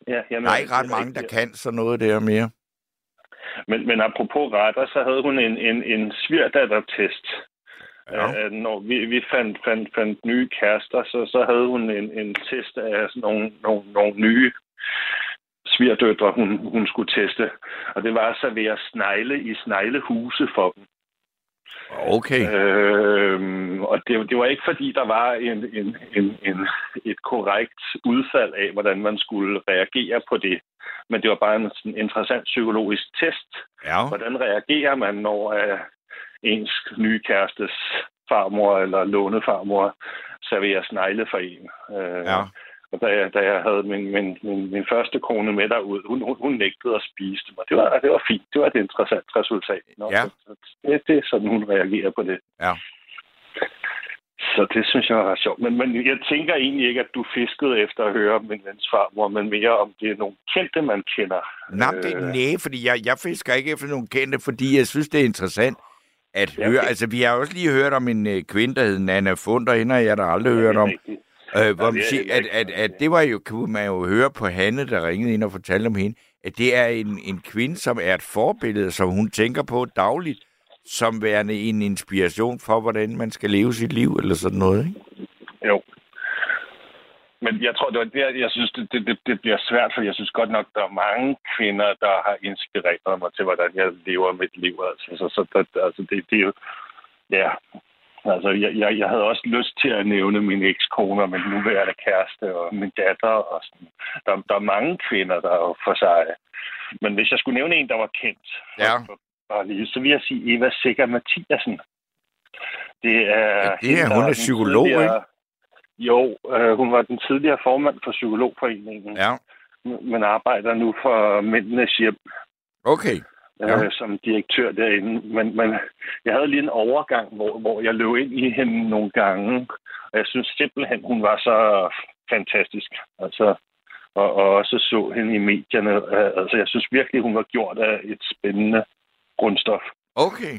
Jamen, Der er ikke ret mange, der kan sådan noget der mere. Men apropos retter, så havde hun en svigerdatter-test. Ja. Når vi fandt nye kærester, så havde hun en test af sådan nogle nye svigerdøtre, hun skulle teste. Og det var at servere snegle i sneglehuse for dem. Okay. Og det var ikke, fordi der var et korrekt udfald af, hvordan man skulle reagere på det. Men det var bare en sådan interessant psykologisk test. Ja. Hvordan reagerer man, når ens nye kærestes farmor eller lånefarmor serverer snegle for en? Ja. Og da jeg havde min første kone med derud, hun nægtede at spise dem, og det var fint. Det var et interessant resultat. Ja. Så det er sådan, hun reagerer på det. Ja. Så det synes jeg var sjovt. Men jeg tænker egentlig ikke, at du fiskede efter at høre min vens farmor, men mere om det er nogle kendte, man kender. Nej, fordi jeg fisker ikke efter nogle kendte, fordi jeg synes, det er interessant at høre. Okay. Altså, vi har også lige hørt om en kvinde, der hed Nana Funder, hende har jeg da aldrig hørt om. Hvor man siger, at det var jo, kunne man jo høre på Hanne, der ringede ind og fortalte om hende, at det er en kvinde, som er et forbillede, som hun tænker på dagligt, som værende en inspiration for, hvordan man skal leve sit liv, eller sådan noget, ikke? Jo. Men jeg tror, det var der, jeg synes, det bliver svært, for jeg synes godt nok, der er mange kvinder, der har inspireret mig til, hvordan jeg lever mit liv. Det er jo... Ja... Altså, jeg havde også lyst til at nævne min ekskone og min nuværende kæreste og min datter. Og sådan. Der er mange kvinder, der er for sig. Men hvis jeg skulle nævne en, der var kendt, så vil jeg sige Eva Sikker Mathiasen. Hun er psykolog, ikke? Jo, hun var den tidligere formand for Psykologforeningen. Ja. Men arbejder nu for Mændenes Hjem. Okay. Ja. Som direktør derinde. Men jeg havde lige en overgang, hvor jeg løb ind i hende nogle gange. Og jeg synes simpelthen, hun var så fantastisk. Altså, og også så hende i medierne. Altså, jeg synes virkelig, hun var gjort af et spændende grundstof. Okay.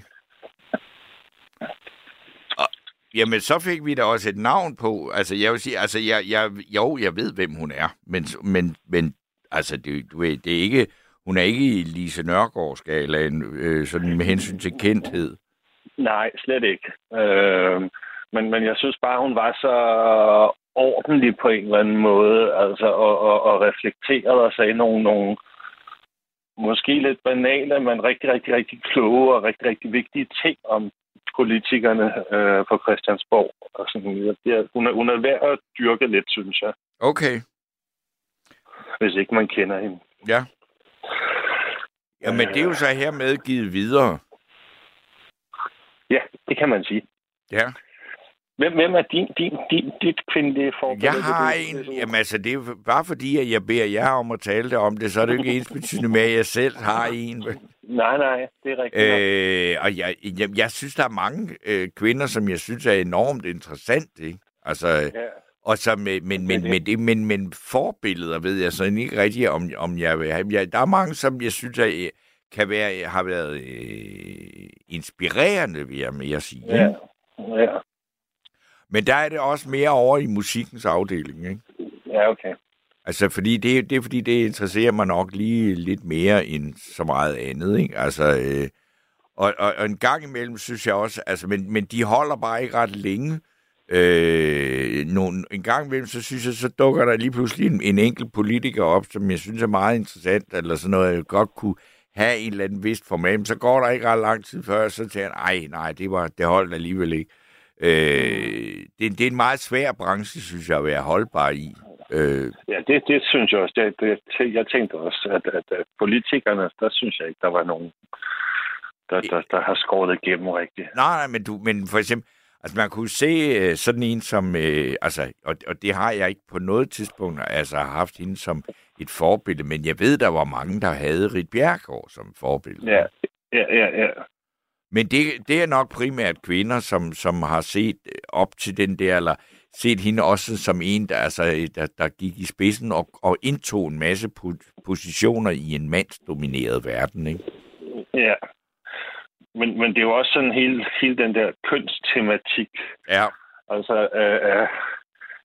Jamen, så fik vi da også et navn på. Altså, jeg vil sige, altså, jeg ved, hvem hun er. Men altså, det er ikke... Hun er ikke i Lise Nørgaard-skalaen, sådan med hensyn til kendthed. Nej, slet ikke. Men jeg synes bare, hun var så ordentlig på en eller anden måde, altså, og reflekterede og sagde nogle måske lidt banale, men rigtig, rigtig, rigtig kloge og rigtig, rigtig vigtige ting om politikerne på Christiansborg. Og sådan, hun er værd at dyrke lidt, synes jeg. Okay. Hvis ikke man kender hende. Ja. Jamen, det er jo så hermed givet videre. Ja, det kan man sige. Ja. Hvem er dit kvindelige forbillede? Jeg har en... Jamen, altså, det er bare fordi, at jeg beder jer om at tale det om det, så er det jo ikke ensbetydende med, at jeg selv har en. Nej, det er rigtigt. Og jeg synes, der er mange kvinder, som jeg synes er enormt interessant, ikke? Altså... Ja. Og så men forbilleder ved jeg så ikke rigtigt, om jeg vil have. Der er mange, som jeg synes har været inspirerende, vil jeg mere sige. Ja. Men der er det også mere over i musikkens afdeling, ikke? Ja, okay. Altså, fordi det er fordi, det interesserer mig nok lige lidt mere end så meget andet, ikke? Altså, og en gang imellem synes jeg også, altså, men de holder bare ikke ret længe. En gang imellem, så synes jeg, så dukker der lige pludselig en enkelt politiker op, som jeg synes er meget interessant, eller sådan noget, jeg godt kunne have en eller anden vist format, men så går der ikke ret lang tid før, så tænker jeg, nej, det holdt alligevel ikke. Det er en meget svær branche, synes jeg, at være holdbar i. Ja, det synes jeg også. Jeg tænkte også, at politikerne, der synes jeg ikke, der var nogen, der har skåret igennem rigtigt. Nej, men for eksempel, altså, man kunne se sådan en som, og det har jeg ikke på noget tidspunkt, altså haft hende som et forbillede, men jeg ved, der var mange, der havde Ritt Bjerregaard som forbillede. Ja. Men det er nok primært kvinder, som har set op til den der, eller set hende også som en, der gik i spidsen og indtog en masse positioner i en mandsdomineret verden, ikke? Ja. Men det er jo også sådan hele den der kønstematik. Ja. Altså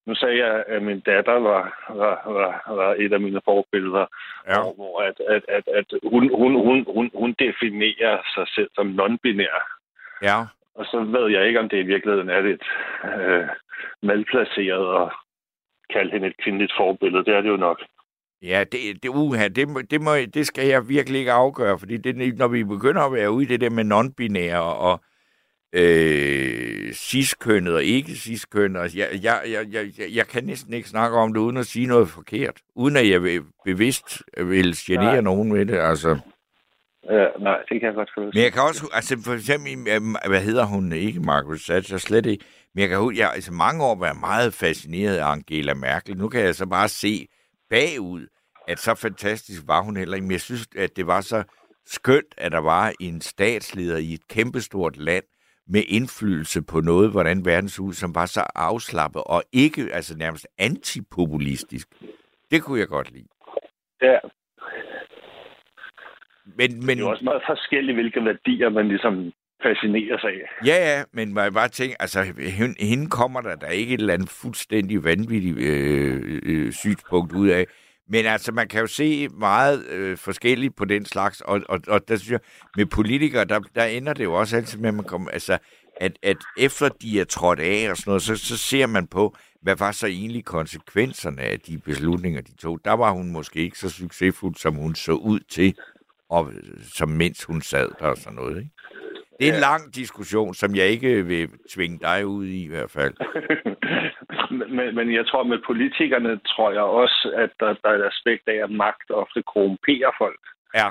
Nu sagde jeg, at min datter var et af mine forbilleder, Ja. hvor at hun definerer sig selv som non-binær. Ja. Og så ved jeg ikke, om det i virkeligheden er lidt malplaceret at kalde hende et kvindeligt forbillede. Det er det jo nok. Ja, det skal jeg virkelig ikke afgøre, fordi det, når vi begynder at være ude i det der med non-binære og cis-kønnet og ikke-cis-kønnet, jeg kan næsten ikke snakke om det, uden at sige noget forkert. Uden at jeg bevidst vil genere nogen med det, altså. Ja, nej, det kan jeg godt forstå. Men jeg kan også, altså for eksempel, hvad hedder hun? Ikke Margaret Thatcher, slet ikke. Men jeg kan huske, jeg altså mange år været meget fascineret af Angela Merkel. Nu kan jeg så bare se bagud, at så fantastisk var hun heller ikke. Men jeg synes, at det var så skønt, at der var en statsleder i et kæmpestort land med indflydelse på noget, hvordan verden så ud, som var så afslappet og ikke, altså nærmest antipopulistisk. Det kunne jeg godt lide. Ja. Men Det er jo også meget forskelligt, hvilke værdier man ligesom fascinerer sig af. Ja, men må jeg bare tænke, altså, hende kommer der ikke et eller andet fuldstændig vanvittigt synspunkt ud af. Men altså, man kan jo se meget forskelligt på den slags, og der synes jeg, med politikere, der ender det jo også altid med, at man kommer, altså, at efter de er trådt af og sådan noget, så ser man på, hvad var så egentlig konsekvenserne af de beslutninger, de tog. Der var hun måske ikke så succesfuld, som hun så ud til, og som mens hun sad der og sådan noget, ikke? Det er en lang diskussion, som jeg ikke vil tvinge dig ud i hvert fald. men jeg tror, med politikerne, tror jeg også, at der er et aspekt af, at magt ofte korrumperer folk. Ja.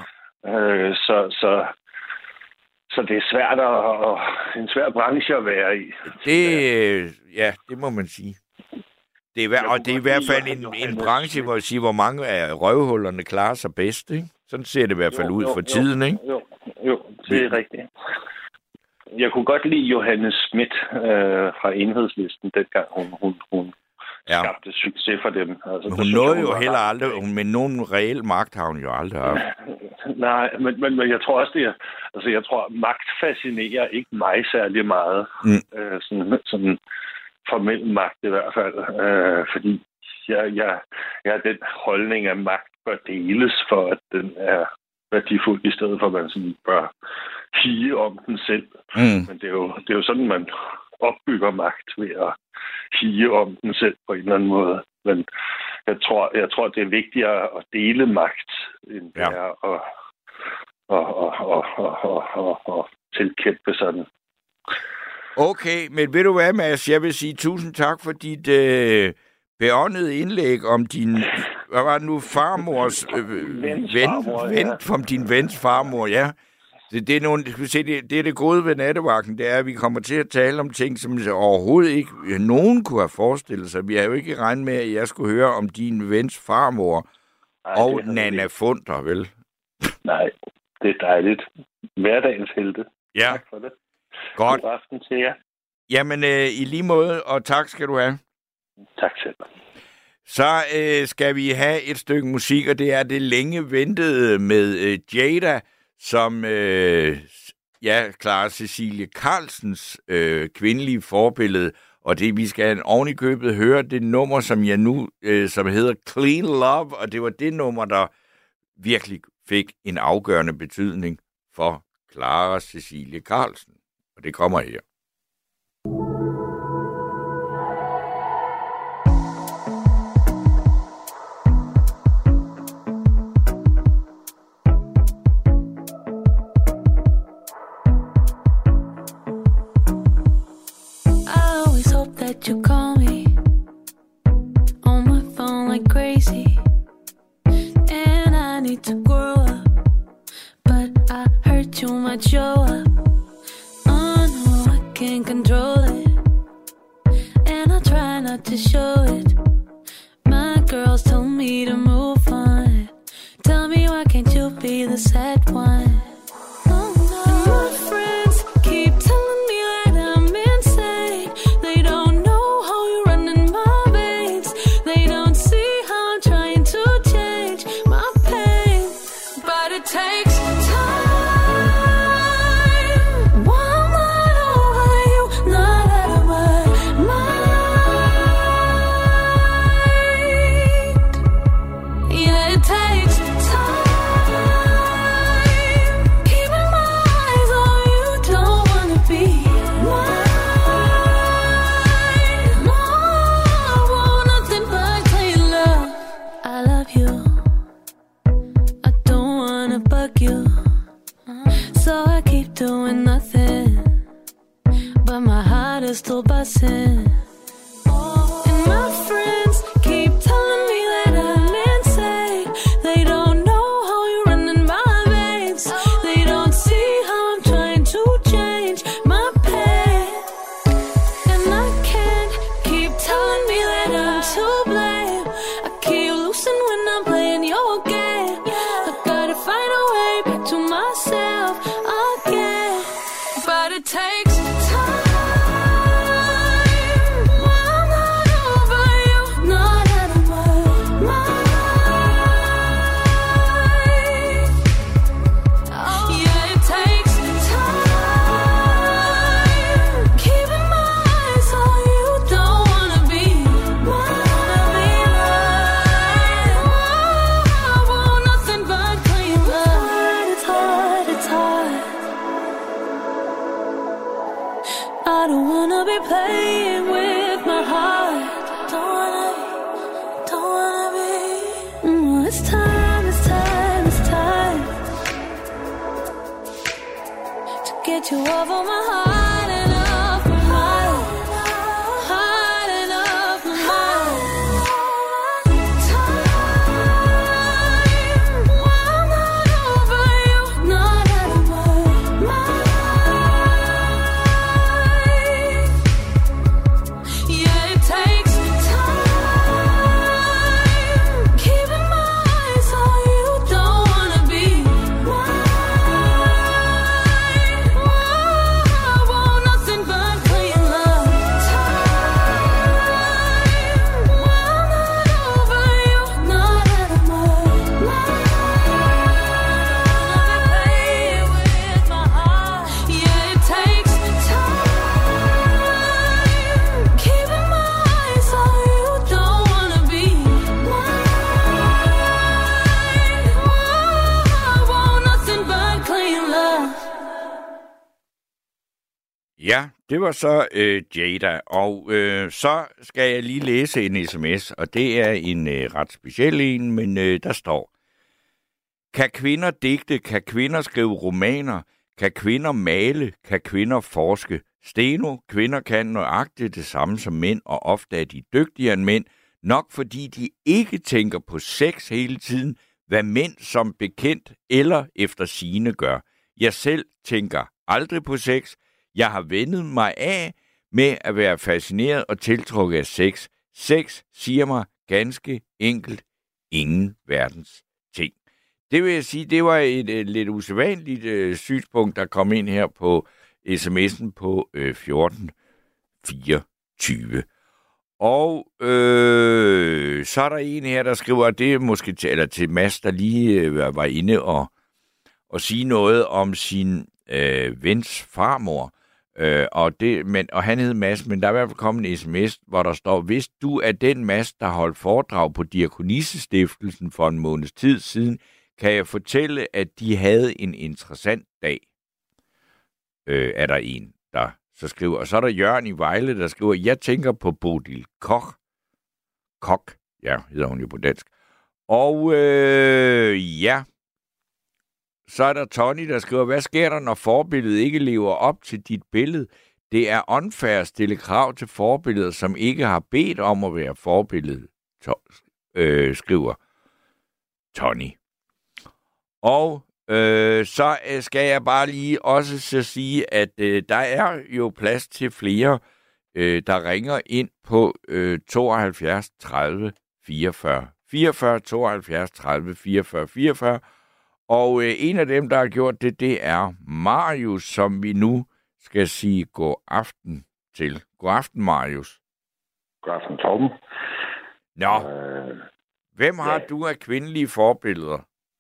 Så det er svært en svær branche at være i. Det må man sige. Det er i hvert fald en branche, hvor jeg siger, hvor mange af røvhullerne klarer sig bedst, ikke? Sådan ser det i hvert fald ud for tiden, ikke? Jo, det er rigtigt. Jeg kunne godt lide Johannes Schmidt fra Enhedslisten, dengang hun skabte succes for dem. Altså, men hun nåede jo heller aldrig, men nogen reel magt har hun jo aldrig haft. Nej, men jeg tror også, jeg tror, magt fascinerer ikke mig særlig meget. Sådan formel magt i hvert fald. Fordi jeg har den holdning, at magt bør deles, for at den er værdifuld, i stedet for at man sådan bør hige om den selv. Men det er jo sådan, man opbygger magt ved at hige om den selv på en eller anden måde. Men jeg tror det er vigtigere at dele magt, end det er at tilkæmpe sådan. Okay, men ved du hvad, Mads? Jeg vil sige tusind tak for dit beåndede indlæg om din, hvad var det nu, farmors ven fra din vens farmor, ja. Det er det gode ved nattevagten, det er, at vi kommer til at tale om ting, som overhovedet ikke nogen kunne have forestillet sig. Vi har jo ikke regnet med, at jeg skulle høre om din vens farmor og Nana Funder, vel? Nej, det er dejligt. Hverdagens helte. Ja. Tak for det. Godt. God aften til jer. Jamen, i lige måde, og tak skal du have. Tak selv. Så skal vi have et stykke musik, og det er det længe ventede med Jada, som Clara Cecilie Carlsens kvindelige forbillede, og det vi skal oven i købet høre det nummer, som jeg nu, som hedder Clean Love, og det var det nummer, der virkelig fik en afgørende betydning for Clara Cecilie Carlsen. Og det kommer her. You call me on my phone like crazy, and I need to grow up, but I heard you might show up. Oh no, I can't control it, and I try not to show it. My girls told me to move on. Tell me, why can't you be the sad one? Oh no, my friends keep telling me that I'm insane. They don't takes time. Why I'm not over you, not out of my mind. but my heart is still busting. And my friends keep telling me that I'm insane. They don't know how you're running my veins. They don't see how I'm trying to change my pain. And I can't keep telling me that I'm to blame. I keep losing when I'm playing your game. I gotta find a way back to myself again. But it takes time. I'm not over you, not out of my mind. Yeah, it takes time. Keeping my eyes on you, don't wanna be mine. I want nothing but clean love. It's hard, it's hard. I don't wanna be playing with my heart. Don't wanna be. It's time, it's time, it's time to get you off of my heart and off my mind. Heart and off my mind. Time. I'm not over you, not out of my mind. Yeah, it takes time. Keeping my eyes on you, don't wanna be mine. I want nothing but clean love. Time. I'm not over you, not out of my mind. Playing with my heart. Yeah, it takes time. Keeping my eyes on you, don't wanna be mine. I want nothing but clean love. Ja, det var så Jada, og så skal jeg lige læse en sms, og det er en ret speciel en, men der står: Kan kvinder digte, kan kvinder skrive romaner, kan kvinder male, kan kvinder forske? Steno, kvinder kan nøjagtigt det samme som mænd, og ofte er de dygtigere end mænd, nok fordi de ikke tænker på sex hele tiden, hvad mænd som bekendt eller efter sigende gør. Jeg selv tænker aldrig på sex. Jeg har vendet mig af med at være fascineret og tiltrukket af sex. Sex siger mig ganske enkelt ingen verdens ting. Det vil jeg sige, det var et lidt usædvanligt synspunkt, der kom ind her på sms'en på 1424. Og så er der en her, der skriver, at det er måske til Mads, der lige var inde og sige noget om sin vens farmor. Og han hed Mads, men der er i hvert fald kommet en sms, hvor der står: hvis du er den Mads, der holdt foredrag på Diakonissestiftelsen for en måneds tid siden, kan jeg fortælle, at de havde en interessant dag. Er der en, der så skriver. Og så er der Jørgen i Vejle, der skriver: jeg tænker på Bodil Koch. Koch, ja, hedder hun jo på dansk. Og ja, så er der Tony, der skriver: hvad sker der, når forbilledet ikke lever op til dit billede? Det er unfair at stille krav til forbilleder, som ikke har bedt om at være forbillede, skriver Tony. Og så skal jeg bare lige også så sige, at der er jo plads til flere, der ringer ind på 72 30 44 44, 72 30 44 44. Og en af dem, der har gjort det, det er Marius, som vi nu skal sige god aften til. God aften, Marius. God aften, Torben. Nå, hvem har du af kvindelige forbilleder?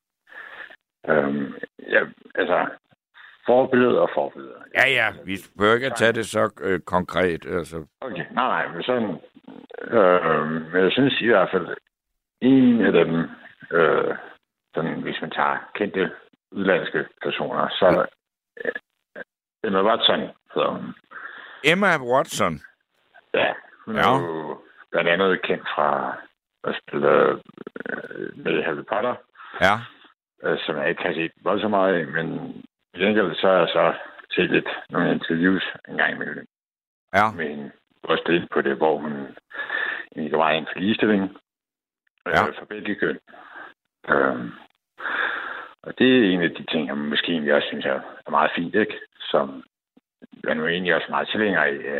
Ja, altså, forbilleder og forbilleder. Ja, vi bør ikke tage det så konkret. Altså. Okay, nej, men sådan... men jeg synes i hvert fald, en af dem, sådan, hvis man tager kendte udlandske personer, så Emma Watson hedder hun. Emma Watson? Ja, hun er jo blandt andet kendt fra at spille med Harry Potter. Ja. Som jeg ikke kan se voldsomt meget af, men i gengæld så er jeg så til nogle interviews en gang imellem. Ja. Men også det på det, hvor hun ikke var en for ligestilling for begge køn. Og det er en af de ting, jeg måske egentlig også synes er meget fint, ikke? Som jeg nu egentlig også meget tilhænger af,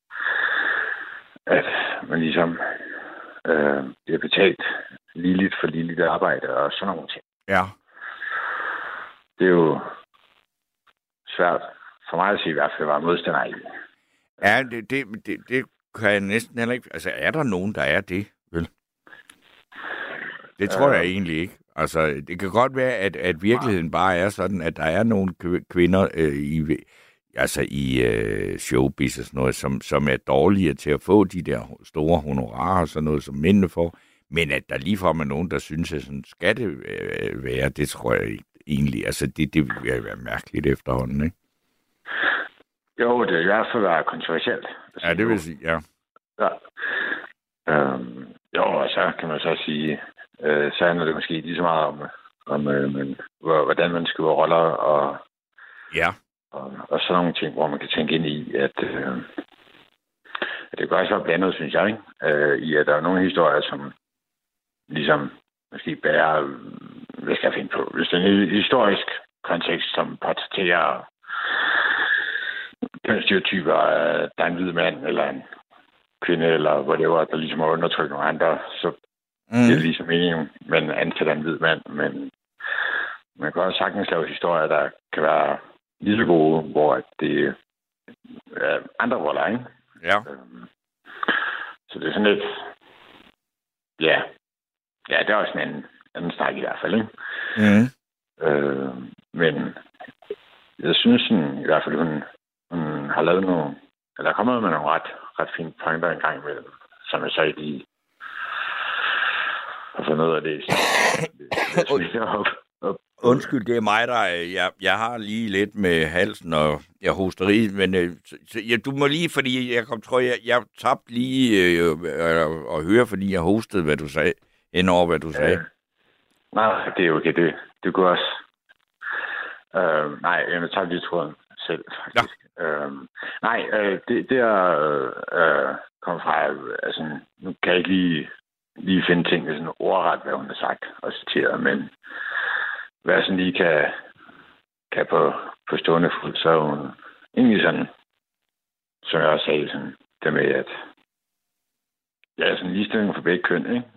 at man ligesom bliver betalt ligeligt for ligeligt arbejde og sådan nogle ting. Ja. Det er jo svært for mig at sige, i hvert fald var modstander i. Ja, det kan jeg næsten heller ikke... Altså, er der nogen, der er det, vel? Det tror jeg egentlig ikke. Altså, det kan godt være, at virkeligheden bare er sådan, at der er nogle kvinder i showbiz og sådan noget, som er dårligere til at få de der store honorarer og sådan noget, som mændene får. Men at der ligefrem er nogen, der synes, at sådan skal det være, det tror jeg ikke egentlig. Altså, det vil være mærkeligt efterhånden, ikke? Jo, det er i hvert fald være kontroversielt. Ja, det vil sige, ja. Jo, og så kan man så sige, så handler det måske lige så meget om hvordan man skriver roller og sådan nogle ting, hvor man kan tænke ind i, at det kan også være blandet, synes jeg, ikke? I at der er nogle historier, som ligesom måske bærer, hvad skal jeg finde på, hvis det er en historisk kontekst, som portrætterer kønsstereotyper, der er en hvid mand eller en kvinde, eller whatever, der ligesom har undertrykt nogle andre, så det er ligesom meningen, men ansætter en hvid mand, men man kan også sagtens lave historier, der kan være lige så gode, hvor det er andre roller, ikke? Ja. Så det er sådan lidt, ja, det er også en anden snak i hvert fald, ikke? Men jeg synes sådan, i hvert fald, hun har lavet nogle, eller er kommet med nogle ret fine pointer en gang imellem, som jeg så ikke lige har fundet ud af det. Undskyld, det er mig, der... Jeg har lige lidt med halsen, og jeg hoster i, men du må lige, fordi jeg tabte lige at høre, fordi jeg hostede, hvad du sagde, indover, hvad du sagde. Nej, det er okay, det går også. Nej, jeg tager lige tråden selv, faktisk. Ja. Det er kommet fra, altså, nu kan jeg ikke lige finde ting med sådan ordret, hvad hun har sagt og citeret, men hvad jeg sådan lige kan på stående fod, så er hun egentlig sådan, som jeg også sagde, sådan, det med, at sådan ligestilling for begge køn, ikke?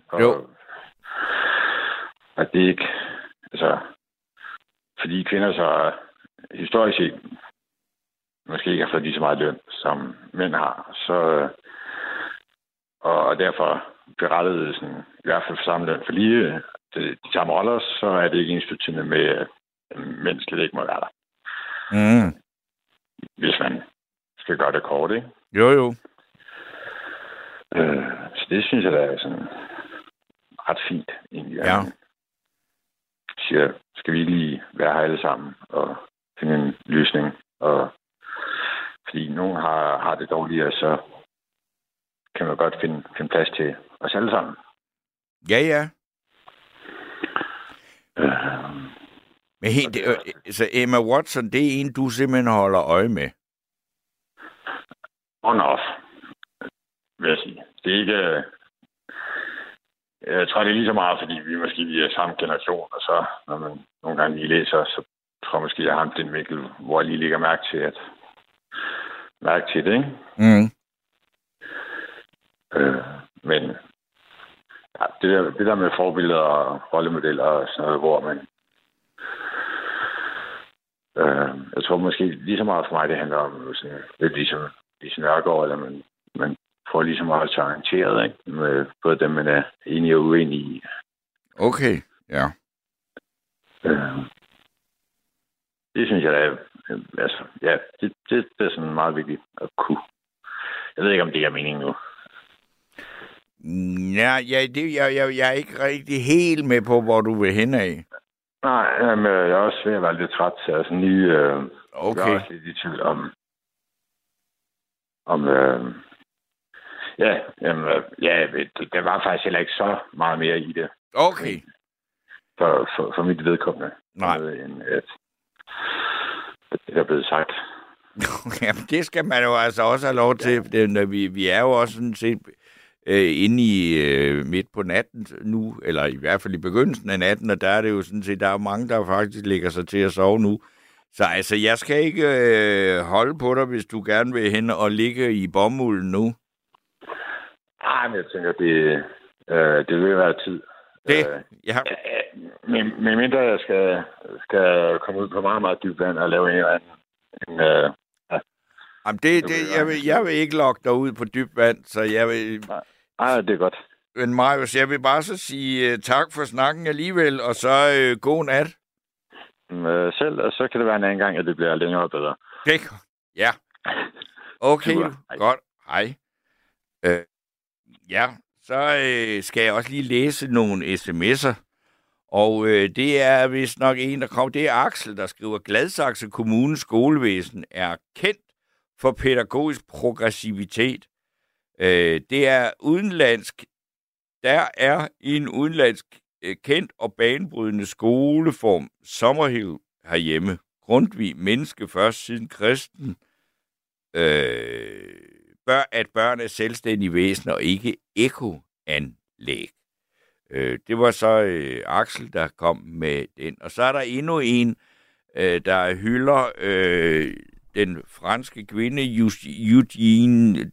Og det ikke, altså, fordi kvinder så historisk set måske ikke har fået lige så meget løn, som mænd har, så og derfor berettede sådan, i hvert fald for samme løn for lige de samme roller, så er det ikke ensbetydende med, at mænd slet ikke må være der. Hvis man skal gøre det kort, ikke? Jo. Så det synes jeg, der er sådan ret fint, egentlig. Ja. Siger, skal vi lige være her alle sammen og finde en løsning? Og fordi nogen har det dårligere, så kan man godt finde plads til os alle sammen. Ja. Men så Emma Watson, det er en, du simpelthen holder øje med? On off, vil jeg sige. Det er ikke... Jeg tror, det er lige så meget, fordi vi måske lige er samme generation, og så, når man nogle gange lige læser, så tror jeg måske, jeg har haft den vinkel, hvor jeg lige lægger mærke til det, ikke? Men ja, det der med forbilleder og rollemodeller og sådan noget, hvor man... jeg tror måske lige så meget for mig, det handler om sådan, lidt ligesom Nørgaard, eller man får lige så meget så orienteret, ikke? Med både dem, man er enige og uenige i. Okay, ja. Det synes jeg, er, altså, ja, det er sådan meget vigtigt at kunne. Jeg ved ikke, om det er meningen nu. Ja, jeg er ikke rigtig helt med på, hvor du vil hen af. Nej, jeg er også ved at være lidt træt, så jeg er sådan lige... okay. Jeg er også lidt i tvivl om der var faktisk heller ikke så meget mere i det. Okay. For mit vedkommende. Nej. End at det er blevet sagt. Jamen, det skal man jo altså også have lov til. Ja. Når vi er jo også sådan set inde i midt på natten nu, eller i hvert fald i begyndelsen af natten, og der er det jo sådan set, der er jo mange, der faktisk lægger sig til at sove nu. Så altså, jeg skal ikke holde på dig, hvis du gerne vil hen og ligge i bomulden nu. Men jeg tænker, det vil være tid. Det? Ja. Men mindre jeg skal komme ud på meget, meget dybt vand og lave en eller anden... Jamen, jeg vil ikke lokke dig ud på dybt vand, så jeg vil... Nej, det er godt. Men Marius, jeg vil bare så sige tak for snakken alligevel, og så god nat. Selv, og så kan det være en anden gang, at det bliver længere og bedre. Det, ja. Okay, godt. Hej. Ja, så skal jeg også lige læse nogle sms'er. Og det er vist nok en, der kommer. Det er Axel, der skriver, Gladsaxe Kommunes skolevæsen er kendt for pædagogisk progressivitet. Det er udenlandsk. Der er en udenlandsk kendt og banebrydende skoleform, Sommerhill herhjemme. Grundtvig, menneske først siden kristen. At børn er selvstændige væsener og ikke ekoanlæg. Det var så Axel, der kom med den. Og så er der endnu en, der hylder den franske kvinde Eugène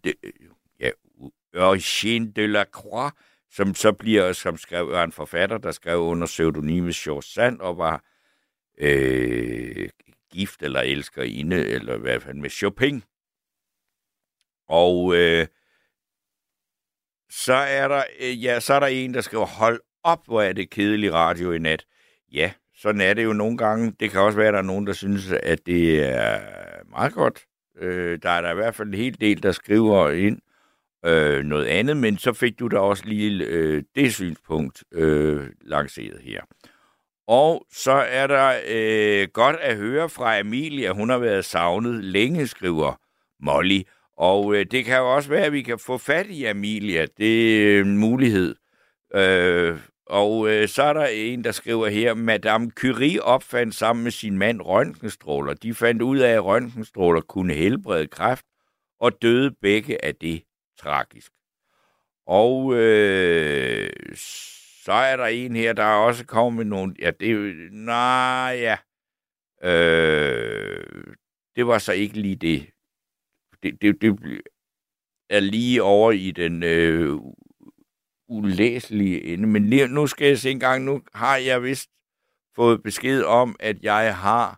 de la Croix, som så var en forfatter, der skrev under pseudonymet George Sand og var gift eller elskerinde, eller i hvert fald med Chopin. Og så er der en, der skriver, hold op, hvor er det kedelig radio i nat. Ja, sådan er det jo nogle gange. Det kan også være, at der er nogen, der synes, at det er meget godt. Der er der i hvert fald en hel del, der skriver ind noget andet, men så fik du da også lige det synspunkt lanceret her. Og så er der godt at høre fra Amelia. Hun har været savnet længe, skriver Molly. Og det kan jo også være, at vi kan få fat i Amelia. Det er en mulighed. Og så er der en, der skriver her, Madame Curie opfandt sammen med sin mand røntgenstråler. De fandt ud af, at røntgenstråler kunne helbrede kræft, og døde begge af det tragisk. Og så er der en her, der også kommer med nogle... Ja, det er jo... Nej, ja. Det var så ikke lige det. Det er lige over i den ulæselige ende. Men nu skal jeg se en gang. Nu har jeg vist fået besked om, at jeg har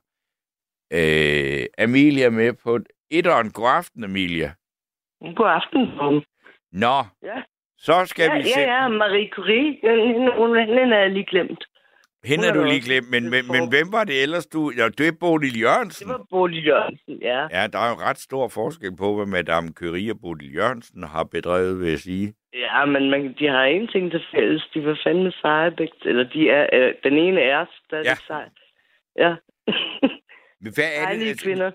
Amelia med på etteren. God aften, Amelia. God aften, Tom. Nå, ja. Så skal vi se. Ja, Marie Curie. Den er lige glemt. Hende er du lige glemt, men hvem var det ellers du... Ja, det er Bodil Jørgensen. Det var Bodil Jørgensen, ja. Ja, der er jo ret stor forskel på, hvad Madame Curie og Bodil Jørgensen har bedrevet, vil jeg sige. Ja, men de har en ting til fælles. De var fandme seje begge. Eller de er... den ene er stadig sej. Ja. Men hvad er det? Kvinder.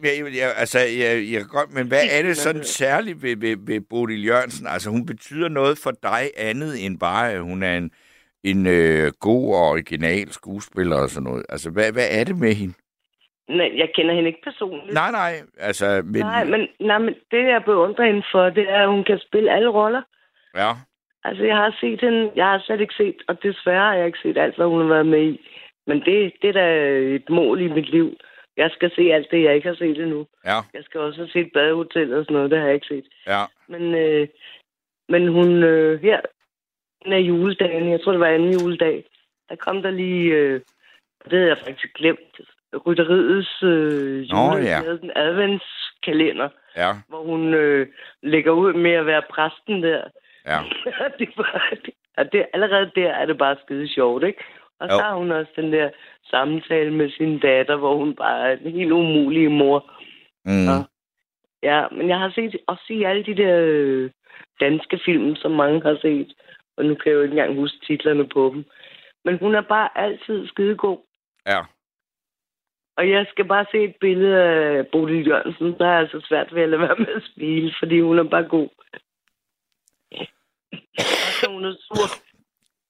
Men hvad er det sådan særligt ved Bodil Jørgensen? Altså, hun betyder noget for dig andet end bare, at hun er en god og original skuespiller og sådan noget. Altså, hvad er det med hende? Nej, jeg kender hende ikke personligt. Nej, altså... Men det, jeg beundrer hende for, det er, at hun kan spille alle roller. Ja. Altså, jeg har set hende... Jeg har slet ikke set, og desværre har jeg ikke set alt, hvad hun har været med i. Men det er da et mål i mit liv. Jeg skal se alt det, jeg ikke har set endnu. Ja. Jeg skal også have set Badehotel og sådan noget, det har jeg ikke set. Ja. Men hun her... af juledagen, jeg tror, det var anden juledag, der kom der lige, det havde jeg faktisk glemt, Rytteriets den adventskalender, hvor hun lægger ud med at være præsten der. Ja. Allerede der er det bare skide sjovt, ikke? Og så har hun også den der samtale med sin datter, hvor hun bare er en helt umulig mor. Mm. Ja, men jeg har set alle de der danske film, som mange har set. Og nu kan jeg jo ikke engang huske titlerne på dem. Men hun er bare altid skidegod. Ja. Og jeg skal bare se et billede af Bodil Jørgensen, der er altså svært ved at lade være med at smile, fordi hun er bare god. Og så hun er sur.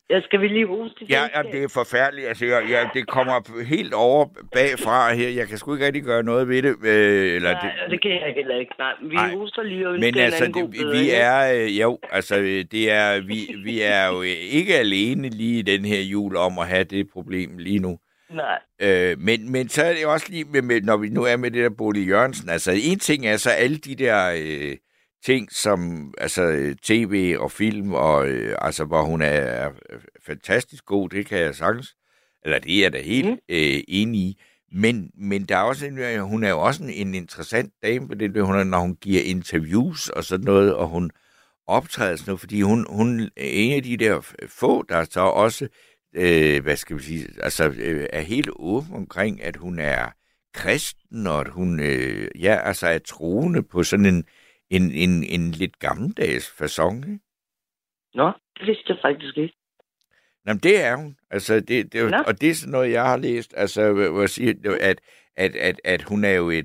Jeg skal vi lige hoste i Ja, det er forfærdeligt. Altså, det kommer helt over bagfra her. Jeg kan sgu ikke rigtig gøre noget ved det. Nej, det kan jeg heller ikke. Nej, vi hoster lige og ønsker men altså, en god bedre. vi er, det er, vi er jo ikke alene lige i den her jul om at have det problem lige nu. Nej. Men så er det også lige, når vi nu er med det der Bodil Jørgensen, altså en ting er så alle de der ting, som altså tv og film, og altså hvor hun er fantastisk god, det kan jeg sagtens, eller det er jeg da helt enig i, men der er også hun er jo også en interessant dame på det, når hun giver interviews og sådan noget, og hun optræder sådan noget, fordi hun er en af de der få, der så også hvad skal vi sige, altså er helt åben omkring, at hun er kristen, og at hun altså er troende på sådan en lidt gammeldags facon, ikke? Nå, det vidste jeg faktisk ikke. Jamen, det er hun. Altså, og det er sådan noget, jeg har læst, altså, hvor jeg siger, at hun er jo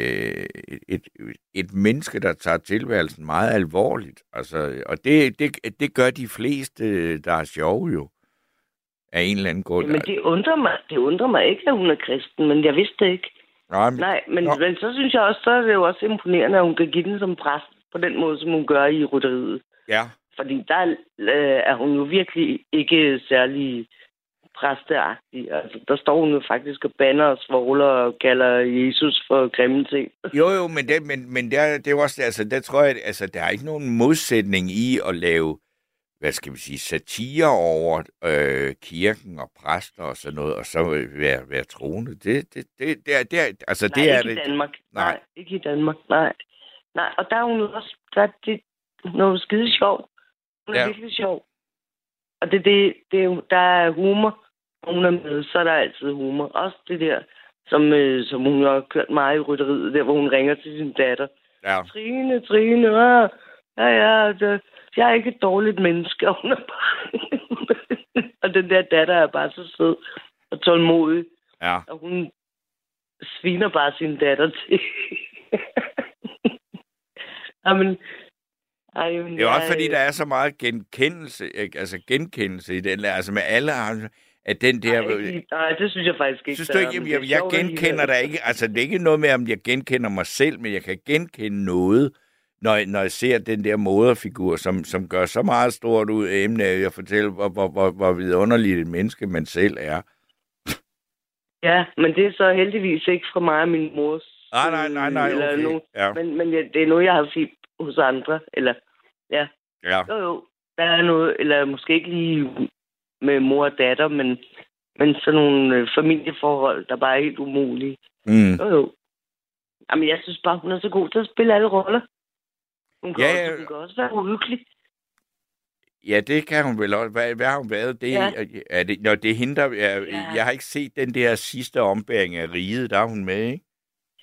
et menneske, der tager tilværelsen meget alvorligt. Altså, og det gør de fleste, der er sjove jo. Af en eller anden grund. Men det undrer mig ikke, at hun er kristen, men jeg vidste det ikke. Nej, men så synes jeg også, så er det jo også imponerende, at hun kan give den som præst på den måde, som hun gør i rytteriet. Ja. Fordi der er hun jo virkelig ikke særlig præsteagtig. Altså, der står hun jo faktisk og banner og svogler og kalder Jesus for grimme ting. Jo, men det er jo også, altså, der tror jeg, altså, der er ikke nogen modsætning i at lave, hvad skal vi sige, satire over kirken og præster og sådan noget, og så være troende. Det er altså, nej, det er ikke i Danmark. Nej, ikke i Danmark. Nej, og der er hun også, der er det noget skide sjov. Hun er virkelig sjov. Og der er humor, og hun er med, så er der altid humor. Også det der, som hun har kørt meget i rytteriet, der hvor hun ringer til sin datter. Ja. Trine, jeg er ikke et dårligt menneske, og hun er bare... og den der datter er bare så sød og tålmodig. Ja. Og hun sviner bare sin datter til. Jamen, det er også fordi, der er så meget genkendelse i den der, altså med alle at den der... Nej, det synes jeg faktisk ikke. Synes du ikke, jeg genkender der ikke, altså det er ikke noget med, om jeg genkender mig selv, men jeg kan genkende noget, når jeg ser den der moderfigur, som gør så meget stort ud af emnet, at jeg fortæller, hvor vidunderligt et menneske man selv er. Ja, men det er så heldigvis ikke fra mig og min mors. Nej, okay. Ja. Men det er noget, jeg har set hos andre, eller ja. Jo, der er noget, eller måske ikke lige med mor og datter, men sådan nogle familieforhold, der bare er helt umulige. Jo. Jamen, jeg synes bare, hun er så god til at spille alle roller. Hun kan også være uhyggelig. Ja, det kan hun vel også. Hvad har hun været? Det er hende, der... Jeg har ikke set den der sidste ombæring af riget, der er hun med, ikke?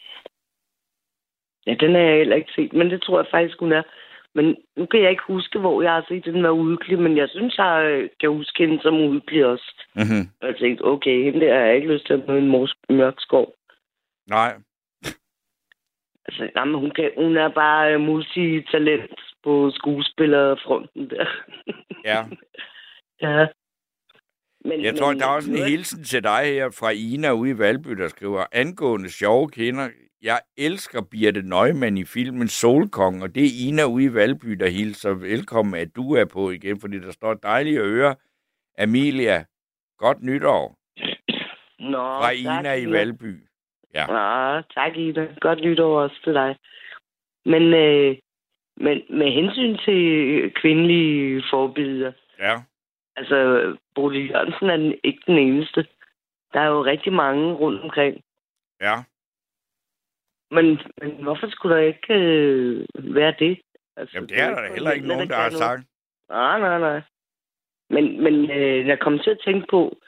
Ja, den har jeg heller ikke set, men det tror jeg faktisk, hun er. Men nu kan jeg ikke huske, hvor jeg har set den var uhyggelig, men jeg synes, jeg kan huske hende som uhyggelig også. Mm-hmm. Og jeg tænkte, okay, hende der har jeg ikke lyst til at møde en mørk skov. Nej. Altså, jamen, hun er bare multitalent på skuespillerfronten der. Ja. Ja. Jeg tror, der er også en hilsen til dig her fra Ina ude i Valby, der skriver, angående sjove kender, jeg elsker Birthe Neumann i filmen Solkongen, og det er Ina ude i Valby, der hilser velkommen, at du er på igen, fordi der står dejlige ører. Amelia, godt nytår. Fra Ina i Valby. Ja. Nå, tak Ina. Godt nytår også til dig. Men med hensyn til kvindelige forbilleder, altså Bodil Jørgensen er ikke den eneste. Der er jo rigtig mange rundt omkring. Ja. Men hvorfor skulle der ikke være det? Altså, jamen, det er der heller ikke nogen, der har sagt. Nej. Men jeg kom til at tænke på,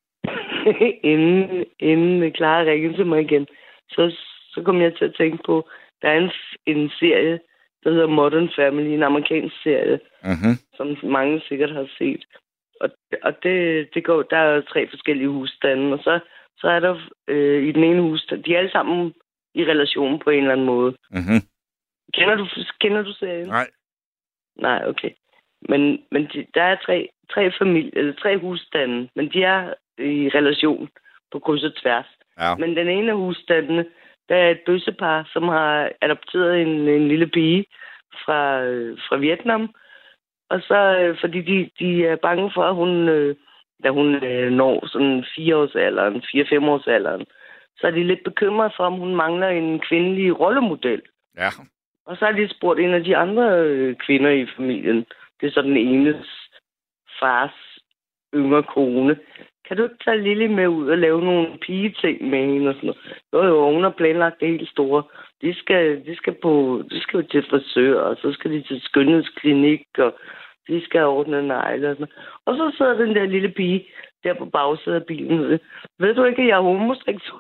inden Clara ringede til mig igen, så kom jeg til at tænke på, der er en serie, der hedder Modern Family, en amerikansk serie, som mange sikkert har set. Og det går, der er 3 forskellige husstande, og så er der i den ene husstand, de er alle sammen i relation på en eller anden måde. Mm-hmm. Kender du serien? Nej. Nej, okay. Men der er tre husstande, men de er i relation på kryds og tværs. Ja. Men den ene af husstandene, der er et bøssepar, som har adopteret en lille pige fra Vietnam. Og så, fordi de er bange for, at hun, da hun når sådan 4-årsalderen, 4-5-årsalderen, så er de lidt bekymrede for, om hun mangler en kvindelig rollemodel. Ja. Og så har de spurgt en af de andre kvinder i familien, det er så den enes fars yngre kone, kan du ikke tage Lille med ud og lave nogle pigeting med hende og sådan noget? Jo, hun har planlagt det helt store. De skal jo til frisør, og så skal de til skønhedsklinik, og de skal ordne negle og sådan noget. Og så sidder den der lille pige der på bagsædet af bilen. Ved du ikke, at jeg er homoseksuel?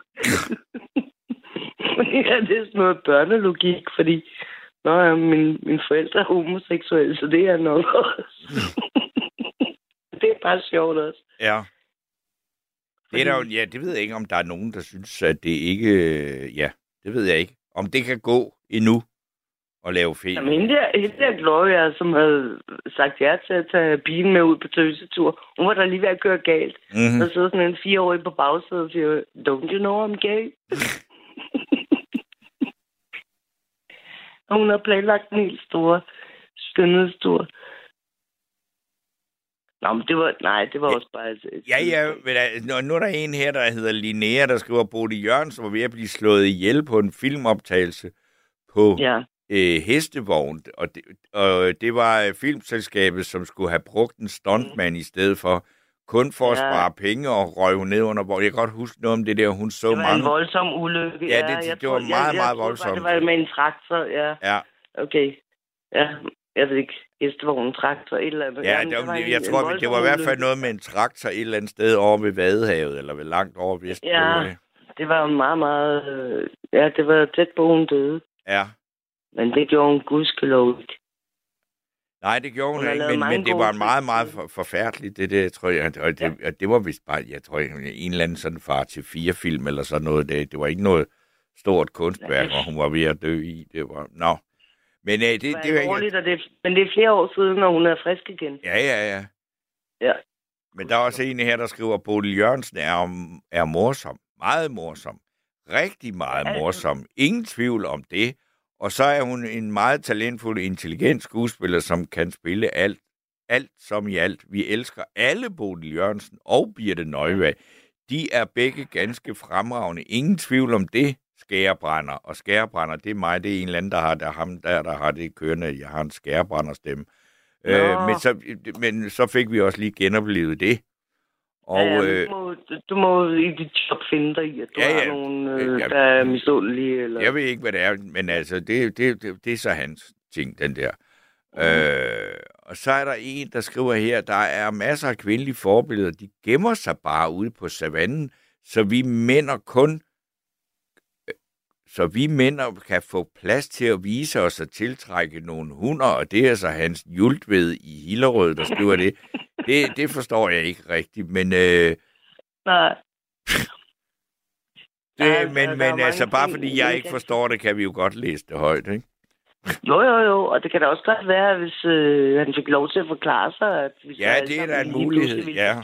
Ja, det er sådan noget børnelogik, fordi mine forældre er homoseksuelle, så det er nok også. Det er bare sjovt også. Ja. Det er der jo, ja, det ved jeg ikke, om der er nogen, der synes, at det ikke... Ja, det ved jeg ikke. Om det kan gå endnu at lave film. Jamen, hende der Gloria, som havde sagt ja til at tage bilen med ud på tøsetur, hun var der lige ved at køre galt. Mm-hmm. Der sidder sådan en 4-årig på bagsædet og siger, don't you know I'm gay? Og hun har planlagt en helt store skønhedstur. Nå, men det var også bare... Ja, men nu er der en her, der hedder Linnea, der skriver, Bodil Jørgensen var ved at blive slået ihjel på en filmoptagelse på hestevogn. Og det var filmselskabet, som skulle have brugt en stuntman i stedet for, kun for at spare penge og røve ned under vogn. Jeg kan godt huske noget om det der, hun så mange... Det var en voldsom ulykke. Ja, det var meget voldsomt. Det var med en traktor, ja. Okay. Ja, jeg ved ikke, hestevognen, traktor, et eller andet. Ja, jeg tror, det var i hvert fald noget med en traktor et eller andet sted over ved Vadehavet, eller ved langt over Vestbro. Ja, det var meget, meget... Ja, det var tæt på, hun døde. Ja. Men det gjorde hun gudskelov ikke. Nej, det gjorde hun ikke, men det var meget, meget forfærdeligt, det tror jeg. Og det var vist bare, jeg tror, en eller anden sådan far til 4 film, eller sådan noget. Det var ikke noget stort kunstværk, og hun var ved at dø i. Det var... Nå. Men det er alvorligt, men det er flere år siden, når hun er frisk igen. Ja. Men der er også en her, der skriver, Bodil Jørgensen er morsom. Meget morsom. Rigtig meget morsom. Ingen tvivl om det. Og så er hun en meget talentfuld, intelligent skuespiller, som kan spille alt som i alt. Vi elsker alle Bodil Jørgensen og Birthe Neumann. De er begge ganske fremragende. Ingen tvivl om det. Skærebrænder, det er mig, det er en eller anden, der har det kørende, jeg har en skærebrænderstemme. Men så fik vi også lige genoplevet det. Og, du må i dit job finde dig i, at du har nogen, der er misundelige. Eller... Jeg ved ikke, hvad det er, men altså, det er så hans ting, den der. Og så er der en, der skriver her, der er masser af kvindelige forbilleder, de gemmer sig bare ude på savannen, så vi mænd kan få plads til at vise os og tiltrække nogle hunder, og det er så Hans Jultved i Hillerød, der skriver det. Det forstår jeg ikke rigtigt, men... Nej. Men altså, bare fordi jeg ikke forstår det, kan vi jo godt læse det højt, ikke? Jo, og det kan da også godt være, hvis han fik lov til at forklare sig. At hvis det er da en mulighed,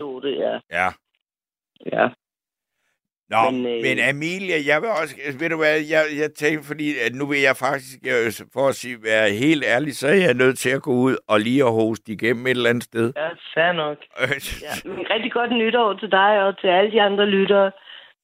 Ja. Nå, men Amelia, jeg vil også, ved du hvad, jeg tænkte, fordi at nu vil jeg faktisk, for at være helt ærlig, så er jeg nødt til at gå ud og lige at hoste igennem et eller andet sted. Ja, fair nok. Men rigtig godt nytår til dig og til alle de andre lyttere.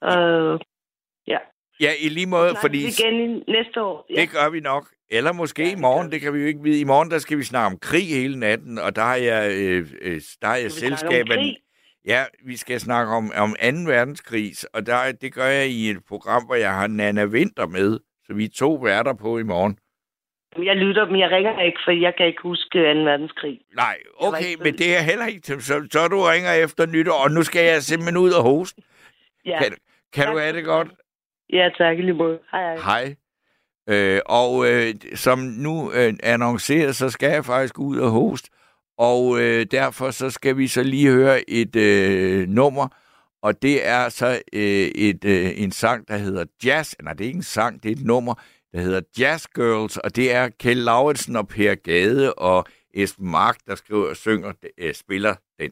Ja, i lige måde, fordi... igen næste år. Ja. Det gør vi nok. Eller måske i morgen, det kan vi jo ikke vide. I morgen, der skal vi snakke om krig hele natten, og der er jeg selskabet... Ja, vi skal snakke om 2. verdenskrig, og det gør jeg i et program, hvor jeg har Nana Winter med, så vi er 2 værter på i morgen. Jeg lytter, men jeg ringer ikke, for jeg kan ikke huske 2. verdenskrig. Nej, okay, men det er heller ikke... Så du ringer efter nytår, og nu skal jeg simpelthen ud og hoste. Ja. Kan du have det godt? Ja, tak lige måde. Hej. Som nu annonceret, så skal jeg faktisk ud og hoste. Og derfor så skal vi så lige høre et nummer, og det er så en sang, der hedder Jazz. Nej, det er ikke en sang, det er et nummer, der hedder Jazz Girls, og det er Kjeld Lauritsen og Per Gade og Esben Mark, der spiller den.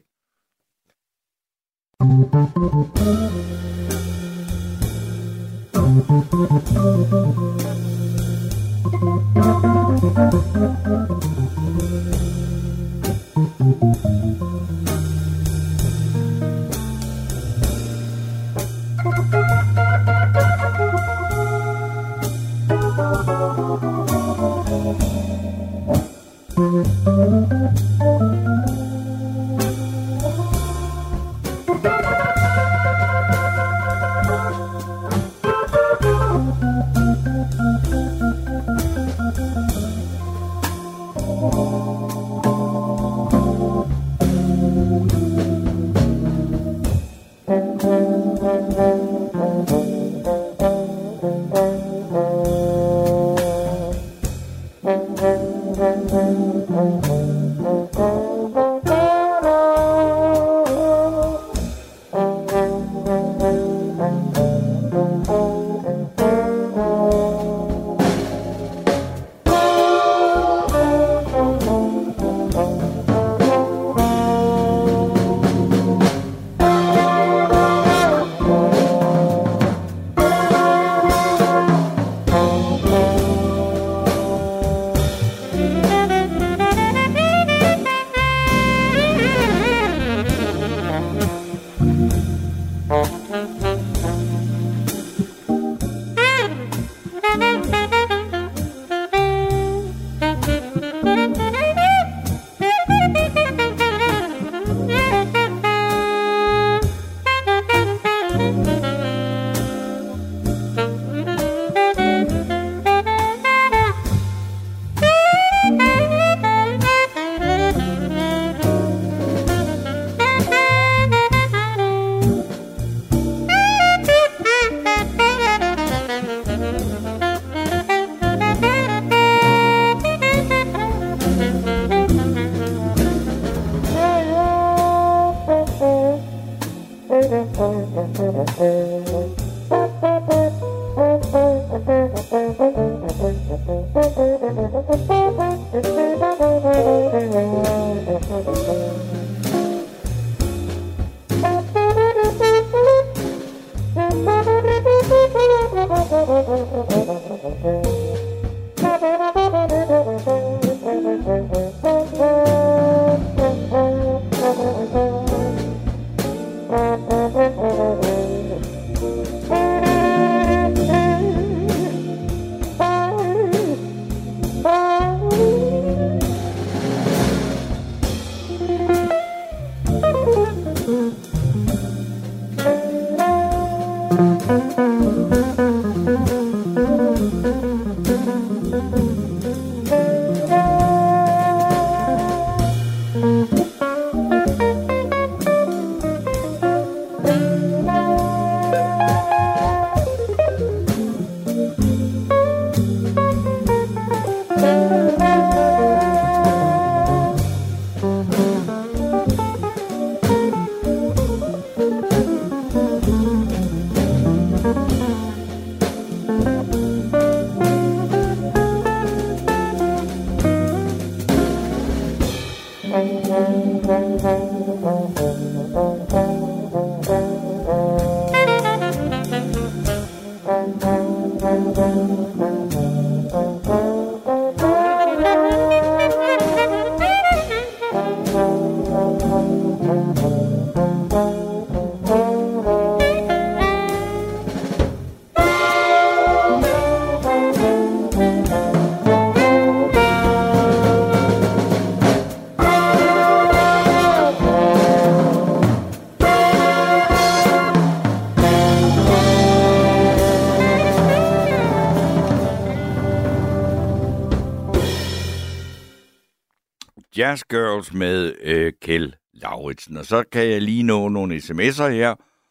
Jazz Girls med Kjeld Lauritsen. Og så kan jeg lige nå nogle sms'er her.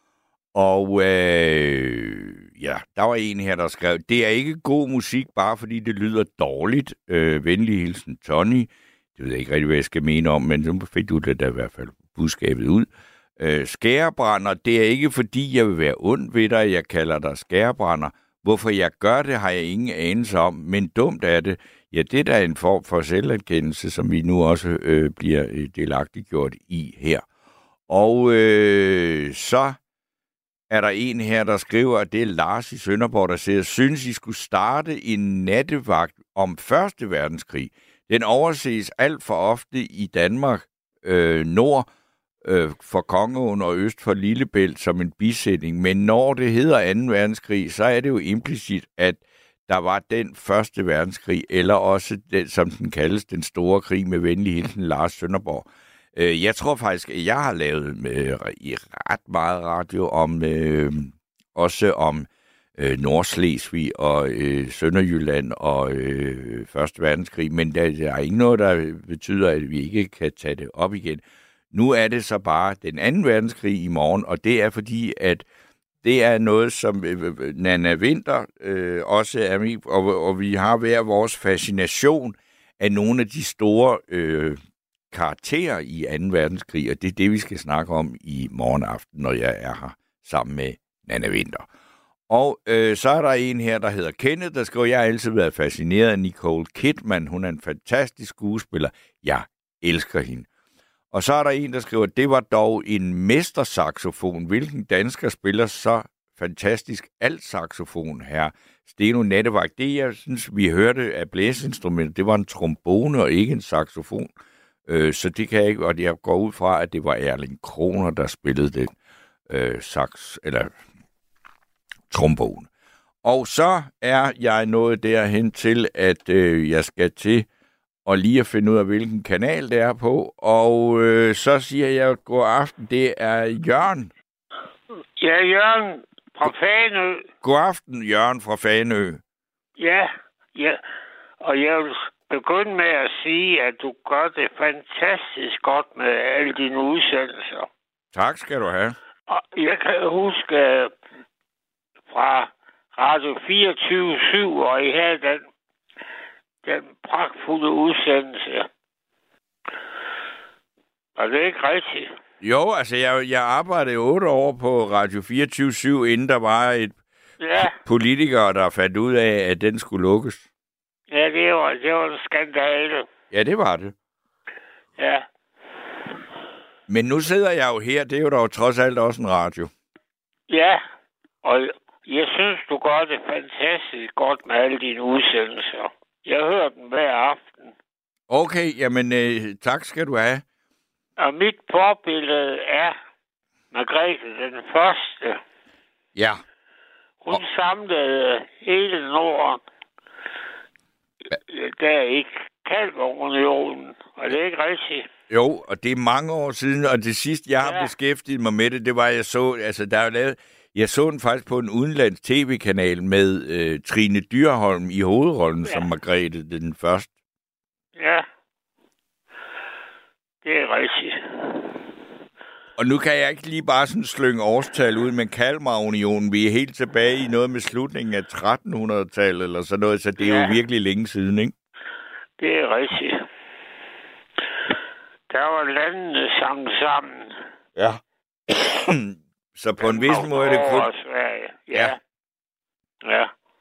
Og ja, der var en her, der skrev, det er ikke god musik, bare fordi det lyder dårligt. Venlig hilsen, Tony. Det ved jeg ikke rigtig, hvad jeg skal mene om, men så fik du det da i hvert fald budskabet ud. Skærebrænder, det er ikke fordi, jeg vil være ond ved dig, jeg kalder dig skærebrænder. Hvorfor jeg gør det, har jeg ingen anelse om, men dumt er det. Ja, det er da en form for selverkendelse, som vi nu også bliver delagtiggjort i her. Og så er der en her, der skriver, at det er Lars i Sønderborg, der siger, synes I skulle starte en nattevagt om 1. verdenskrig. Den overses alt for ofte i Danmark, nord for Kongeåen og øst for Lillebælt som en bisætning. Men når det hedder 2. verdenskrig, så er det jo implicit, at der var den 1. verdenskrig, eller også den, som den kaldes, den store krig med venlig hilsen Lars Sønderborg. Jeg tror faktisk, at jeg har lavet ret meget radio om også om Nordslesvig og Sønderjylland og 1. verdenskrig, men der er ikke noget, der betyder, at vi ikke kan tage det op igen. Nu er det så bare den 2. verdenskrig i morgen, og det er fordi, at det er noget, som Nanna Winther også er med, og vi har hver vores fascination af nogle af de store karakterer i 2. verdenskrig, og det er det, vi skal snakke om i morgen aften, når jeg er her sammen med Nanna Winther. Og så er der en her, der hedder Kenneth, der skriver, jeg har altid været fascineret af Nicole Kidman. Hun er en fantastisk skuespiller. Jeg elsker hende. Og så er der en, der skriver, det var dog en mestersaxofon. Hvilken dansker spiller så fantastisk altsaxofon her? Steno Nattevagt. Det, jeg synes, vi hørte af blæseinstrumentet, det var en trombone og ikke en saxofon. Så det kan jeg ikke, og jeg går ud fra, at det var Erling Kroner, der spillede den sax, eller trombone. Og så er jeg nået derhen til, at jeg skal til og lige at finde ud af, hvilken kanal det er på. Og så siger jeg, god aften, det er Jørgen. Ja, Jørgen fra Fanø. God aften, Jørgen fra Fanø. Ja, og jeg vil begynde med at sige, at du gør det fantastisk godt med alle dine udsendelser. Tak skal du have. Og jeg kan huske fra Radio 24/7, og I havde den pragtfulde udsendelse. Er det ikke rigtigt? Jo, altså jeg arbejdede 8 år på Radio 24/7, inden der var et politikere, der fandt ud af, at den skulle lukkes. Ja, det var en skandale. Ja, det var det. Ja. Men nu sidder jeg jo her, det er jo dog trods alt også en radio. Ja, og jeg synes, du gør det fantastisk godt med alle dine udsendelser. Jeg hører den hver aften. Okay, jamen tak skal du have. Og mit forbillede er Margrethe den Første. Ja. Hun samlede hele Norden der i Kalmarunionen. Og det er ikke rigtigt. Jo, og det er mange år siden, og det sidste, jeg har beskæftiget mig med det var, jeg så, altså der er lavet, jeg så den faktisk på en udenlandsk tv-kanal med Trine Dyrholm i hovedrollen som Margrethe den Første. Ja, det er rigtigt. Og nu kan jeg ikke lige bare sådan slynge årstal ud, men Kalmarunionen, vi er helt tilbage i noget med slutningen af 1300-tallet eller sådan noget, så det er jo virkelig længe siden, ikke? Det er rigtigt. Der var landene sang sammen. Ja. Så på en vis måde er det kun... Ja.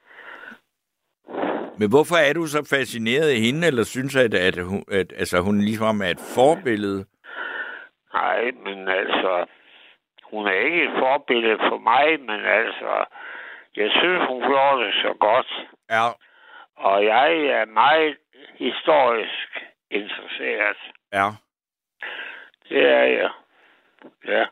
Men hvorfor er du så fascineret af hende, eller synes at hun ligesom er et forbillede? Nej, men altså, hun er ikke et forbillede for mig, men altså, jeg synes, hun gjorde det så godt. Ja. Og jeg er meget historisk interesseret. Ja. Det er jeg. Ja.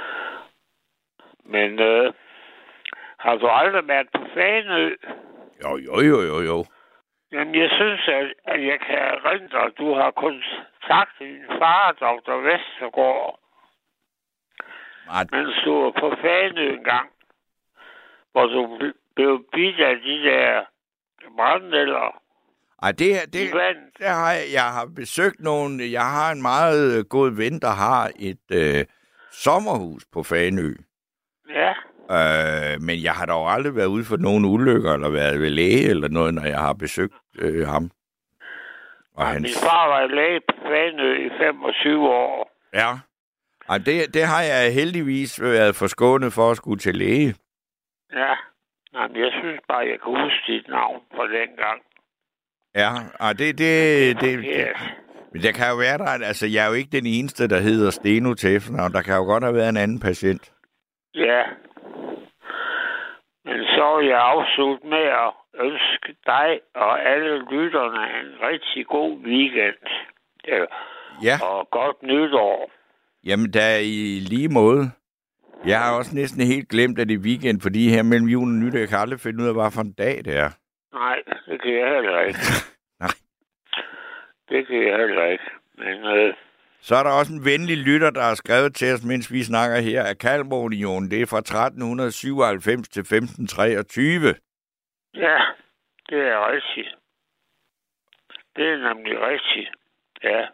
Men har du aldrig været på Fanø? Jo. Jamen, jeg synes, at jeg kan erindre, at du har kontaktet din far, Dr. Vestergaard, mens du var på Fanø en gang, hvor du blev bidt af de der brændenælder. Ej, det har jeg har besøgt nogen. Jeg har en meget god ven, der har et sommerhus på Fanø. Ja. Men jeg har dog aldrig været ude for nogen ulykker, eller været ved læge, eller noget, når jeg har besøgt ham. Og min far var læge på Fanø i 25 år. Ja. Ej, det har jeg heldigvis været forskånet for at skulle til læge. Ja. Jamen, jeg synes bare, jeg kan huske dit navn fra dengang. Ja, og det. Men der kan jo være der, altså jeg er jo ikke den eneste, der hedder Steno til efternavn. Der kan jo godt have været en anden patient. Ja. Men så vil jeg afslutte med at ønske dig og alle lytterne en rigtig god weekend. Ja. Og godt nytår. Jamen, der er i lige måde. Jeg har også næsten helt glemt, at det er weekend, fordi her mellem jul og nytår, jeg kan aldrig finde ud af, hvad for en dag det er. Nej, det kan jeg heller ikke. Nej. Det kan jeg heller ikke. Men, Så er der også en venlig lytter, der har skrevet til os, mens vi snakker her, at Kalmarunionen, det er fra 1397 til 1523. Ja, det er rigtigt. Det er nemlig rigtigt. Ja.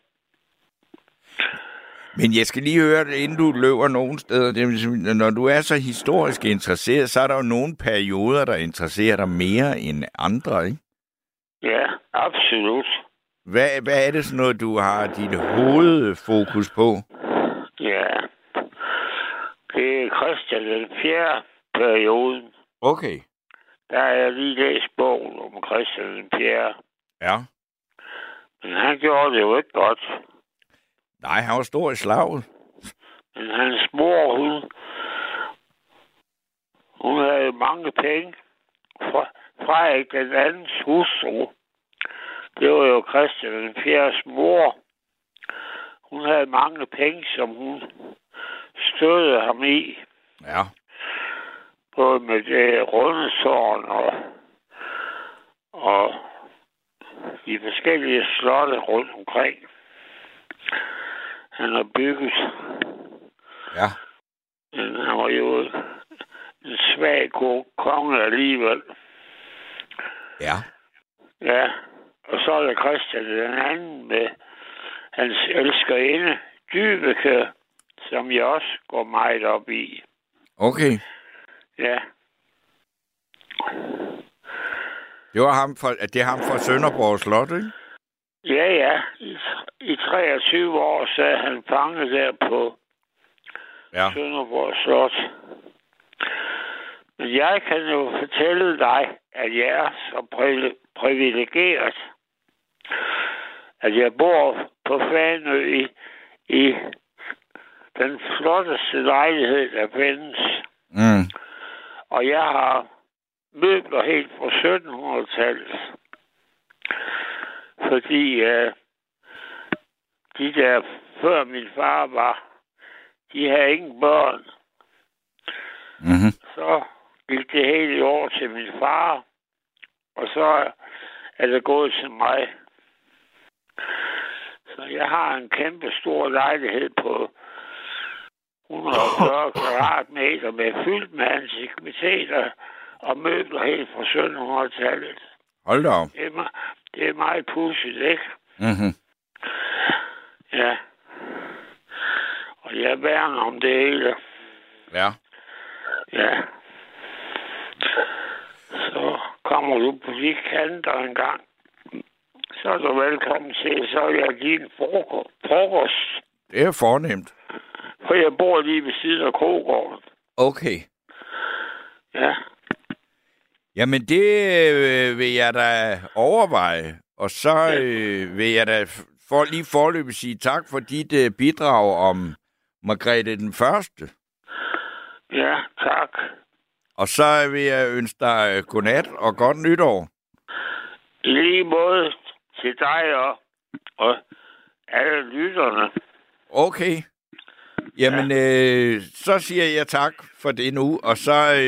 Men jeg skal lige høre, inden du løber nogen steder, når du er så historisk interesseret, så er der jo nogle perioder, der interesserer dig mere end andre, ikke? Ja, absolut. Hvad er det sådan noget, du har dit hovedfokus på? Ja, det er Christian den 4. perioden. Okay. Der har jeg lige læst bogen om Christian den 4. Ja. Men han gjorde det jo ikke godt. Nej, han var stor i slaget. Men hans mor, hun havde mange penge. Frederik den andens hustru. Det var jo Christian den 4's mor. Hun havde mange penge, som hun støttede ham i. Ja. Både med det runde tårn og de forskellige slotte rundt omkring. Han har bygget. Ja. Men han var jo en svag konge alligevel. Ja. Ja. Og så er der Christian den anden med hans elskerinde, Dyveke, som jeg også går meget op i. Okay. Ja. Det er ham fra Sønderborg Slot, ikke? Ja. I 23 år så er han fanget der på Sønderborg Slot. Men jeg kan jo fortælle dig, at jeg er så privilegeret, at jeg bor på Fanø i den flotteste lejlighed, der findes. Mm. Og jeg har møbler helt fra 1700-tallet. Fordi de der før min far var, de havde ingen børn. Mm-hmm. Så gik det hele år til min far, og så er det gået til mig. Så jeg har en kæmpe stor lejlighed på 140 kvadratmeter med fyldt med antikviteter og møbler helt fra 1700-tallet. Hold da op. Det er meget pudsigt, ikke? Mm-hmm. Ja. Og jeg værner om det hele. Ja. Ja. Så kommer du på de kanter en gang. Så er du velkommen til, så er jeg give en frokost. Det er fornemt. For jeg bor lige ved siden af Krogården. Okay. Ja. Jamen, det vil jeg da overveje. Og så vil jeg da lige forløbig sige tak for dit bidrag om Margrethe den Første. Ja, tak. Og så vil jeg ønske dig godnat og godt nytår. I lige måde til dig og alle lytterne. Okay. Jamen, så siger jeg tak for det nu, og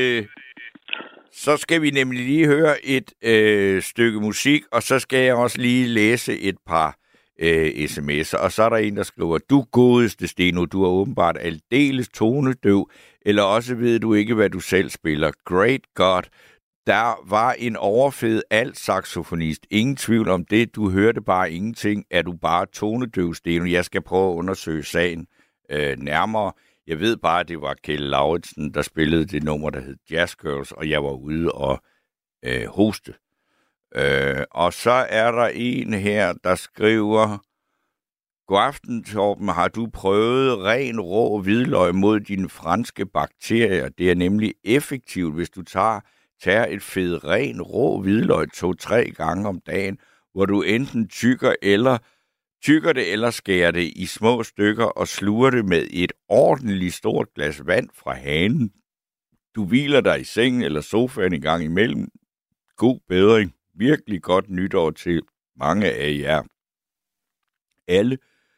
så skal vi nemlig lige høre et stykke musik, og så skal jeg også lige læse et par sms'er. Og så er der en, der skriver, du godeste Steno, du er åbenbart aldeles tonedøv, eller også ved du ikke, hvad du selv spiller. Great God. Der var en overfed alt-saxofonist. Ingen tvivl om det. Du hørte bare ingenting. Er du bare tonedøv, Steno? Jeg skal prøve at undersøge sagen nærmere. Jeg ved bare, at det var Kjeld Lauritsen, der spillede det nummer, der hed Jazz Girls, og jeg var ude og hoste. Og så er der en her, der skriver, god aften, Torben, har du prøvet ren rå hvidløg mod dine franske bakterier? Det er nemlig effektivt, hvis du tager et fed ren rå hvidløg 2-3 gange om dagen. hvor du enten tykker det eller skærer det i små stykker og sluger det med et ordentligt stort glas vand fra hanen. Du hviler dig i sengen eller sofaen en gang imellem. God bedring. Virkelig godt nytår til mange af jer. Alle.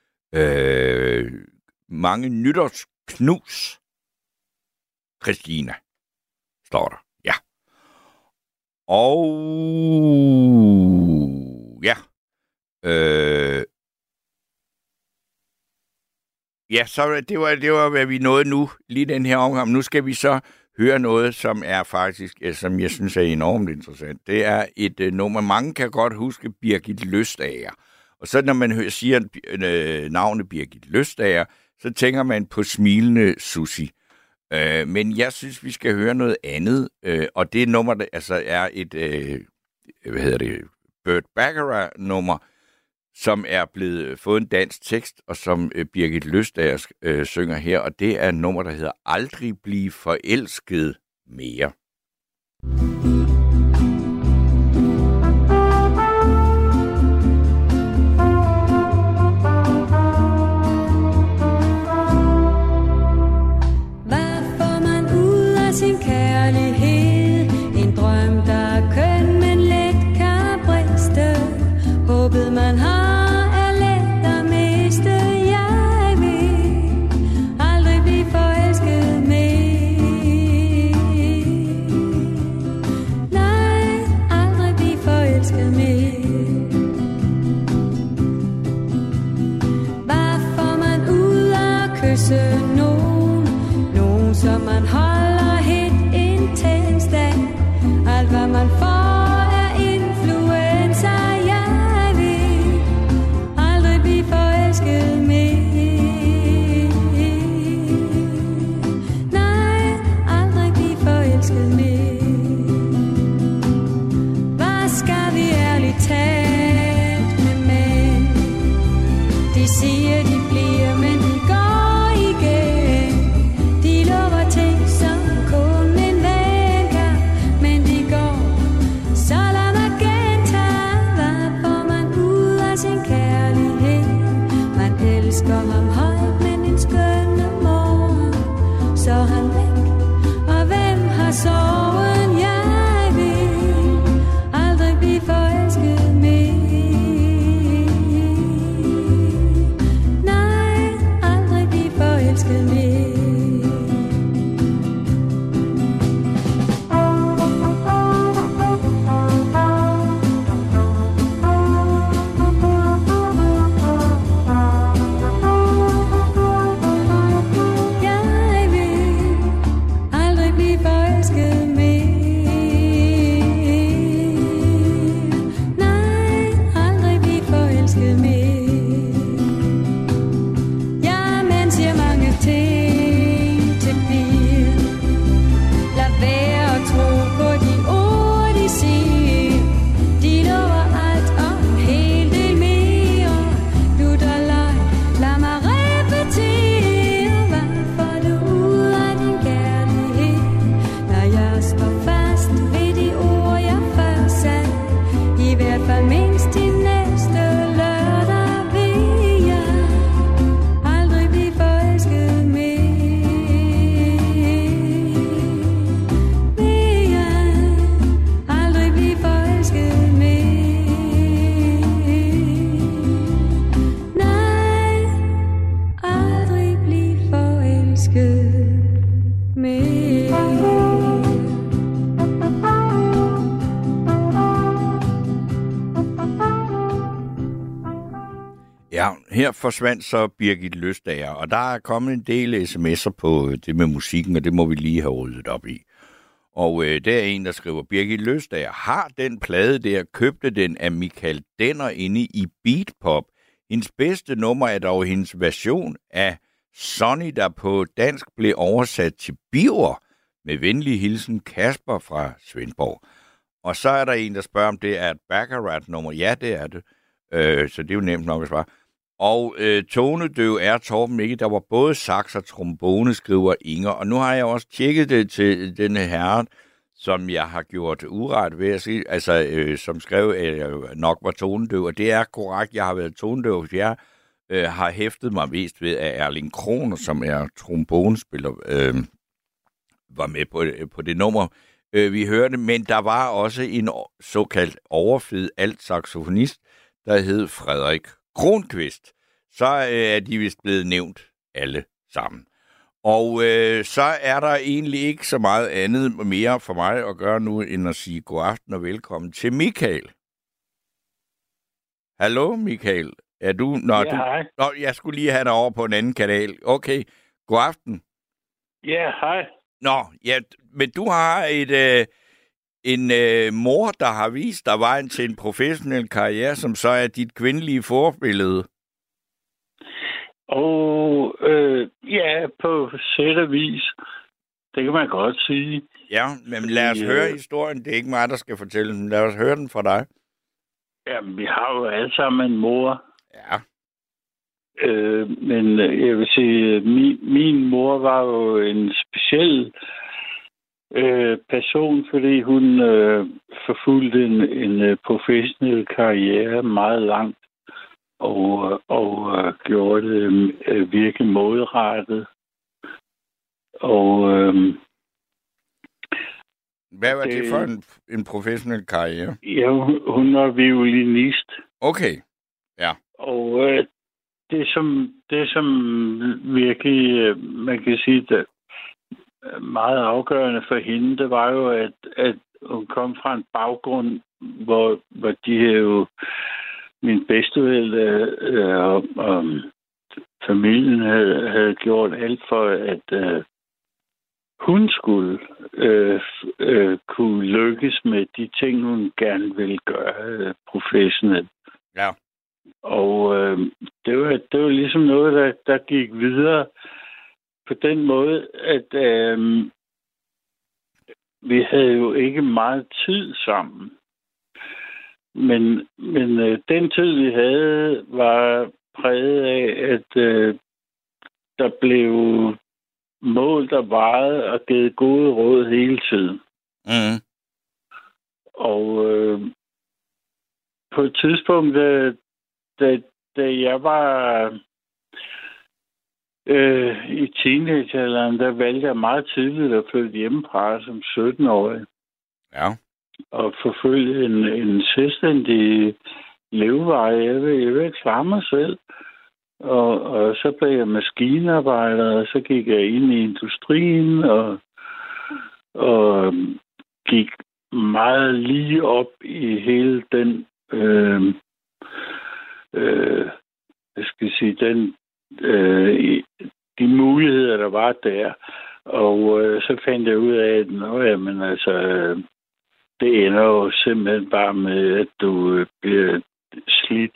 Mange nytårsknus. Christina, står der. Ja. Og ja. Ja, så det var, hvad vi nåede nu, lige den her omgang. Nu skal vi så høre noget, som er faktisk, som jeg synes er enormt interessant. Det er et nummer, mange kan godt huske, Birgit Løstager. Og så når man siger navnet Birgit Løstager, så tænker man på smilende Susi. Men jeg synes, vi skal høre noget andet. Og det nummer, der altså er et, Burt Bacharach-nummer, som er blevet fået en dansk tekst, og som Birgit Løstager synger her. Og det er et nummer, der hedder Aldrig blive forelsket mere. Sin kærlighed, en drøm, der er køn, men let kan briste. Håbet man har er let at miste. Jeg vil aldrig blive forelsket mere. Nej, aldrig blive forelsket mere. Hvad får man ud af at kysse nogen som man holder alt hvad man får er influenza. Jeg vil aldrig blive forelsket mere. Nej, aldrig blive forelsket mere. Hvad skal vi ærligt talt med mænd? De siger de bliver, men de går igen. De lover ting som kun en ven kan, men de går. Så lad mig gentage, hvad får man ud af sin kærlighed? Man elsker ham højt, men en skønne morgen, så han væk, og hvem har sorgen? Jeg vil aldrig blive forelsket mere. Nej, aldrig blive forelsket mere. Her forsvandt så Birgit Løstager, og der er kommet en del sms'er på det med musikken, og det må vi lige have ryddet op i. Og der er en, der skriver, Birgit Løstager har den plade der, købte den af Michael Denner inde i Beatpop. Hendes bedste nummer er dog hendes version af Sonny, der på dansk blev oversat til Biver. Med venlig hilsen Kasper fra Svendborg. Og så er der en, der spørger, om det er et Bacharach-nummer. Ja, det er det. Så det er jo nemt nok at svare. Og tonedøv er Torben ikke. Der var både sax og trombone, skriver Inger. Og nu har jeg også tjekket det til denne herre, som jeg har gjort uret ved at sige, altså som skrev, at jeg nok var tonedøv, og det er korrekt, jeg har været tonedøv, for jeg har hæftet mig mest ved, at Erling Kroner, som er trombonespiller, var med på det nummer, vi hørte, men der var også en såkaldt overfed alt-saxofonist, der hed Frederik Kronqvist. Så er de vist blevet nævnt alle sammen. Og så er der egentlig ikke så meget andet mere for mig at gøre nu, end at sige god aften og velkommen til Michael. Hallo, Michael. Er du... Hej. Nå, jeg skulle lige have dig over på en anden kanal. Okay, god aften. Ja, hej. Nå, ja, men du har en mor, der har vist dig vejen til en professionel karriere, som så er dit kvindelige forbillede. Og ja, på sæt og vis. Det kan man godt sige. Ja, men lad os høre historien. Det er ikke mig, der skal fortælle den. Lad os høre den fra dig. Jamen, vi har jo alle sammen en mor. Ja. Men jeg vil sige, min mor var jo en speciel person, fordi hun forfulgte en professionel karriere meget langt og gjorde det virkelig målrettet. Og hvad var det for en professionel karriere? Ja, hun var violinist. Okay, ja. Og det som virkelig, man kan sige, det meget afgørende for hende, det var jo, at hun kom fra en baggrund, hvor de jo, min bedsteforældre og familien havde gjort alt for, at hun skulle kunne lykkes med de ting, hun gerne ville gøre professionelt. Ja. Og det var ligesom noget, der gik videre på den måde, at vi havde jo ikke meget tid sammen. Men den tid, vi havde, var præget af, at der blev målt og vejet og givet gode råd hele tiden. Mm. Og på et tidspunkt, da jeg var i teenagealderen, der valgte jeg meget tidligt at flytte hjemmefra som 17-årig. Ja. Og forfølge en selvstændig levevej. Jeg vil klare mig selv. Og så blev jeg maskinarbejder, og så gik jeg ind i industrien, og gik meget lige op i hele den, de muligheder, der var der. Og så fandt jeg ud af, at det ender jo simpelthen bare med, at du bliver slidt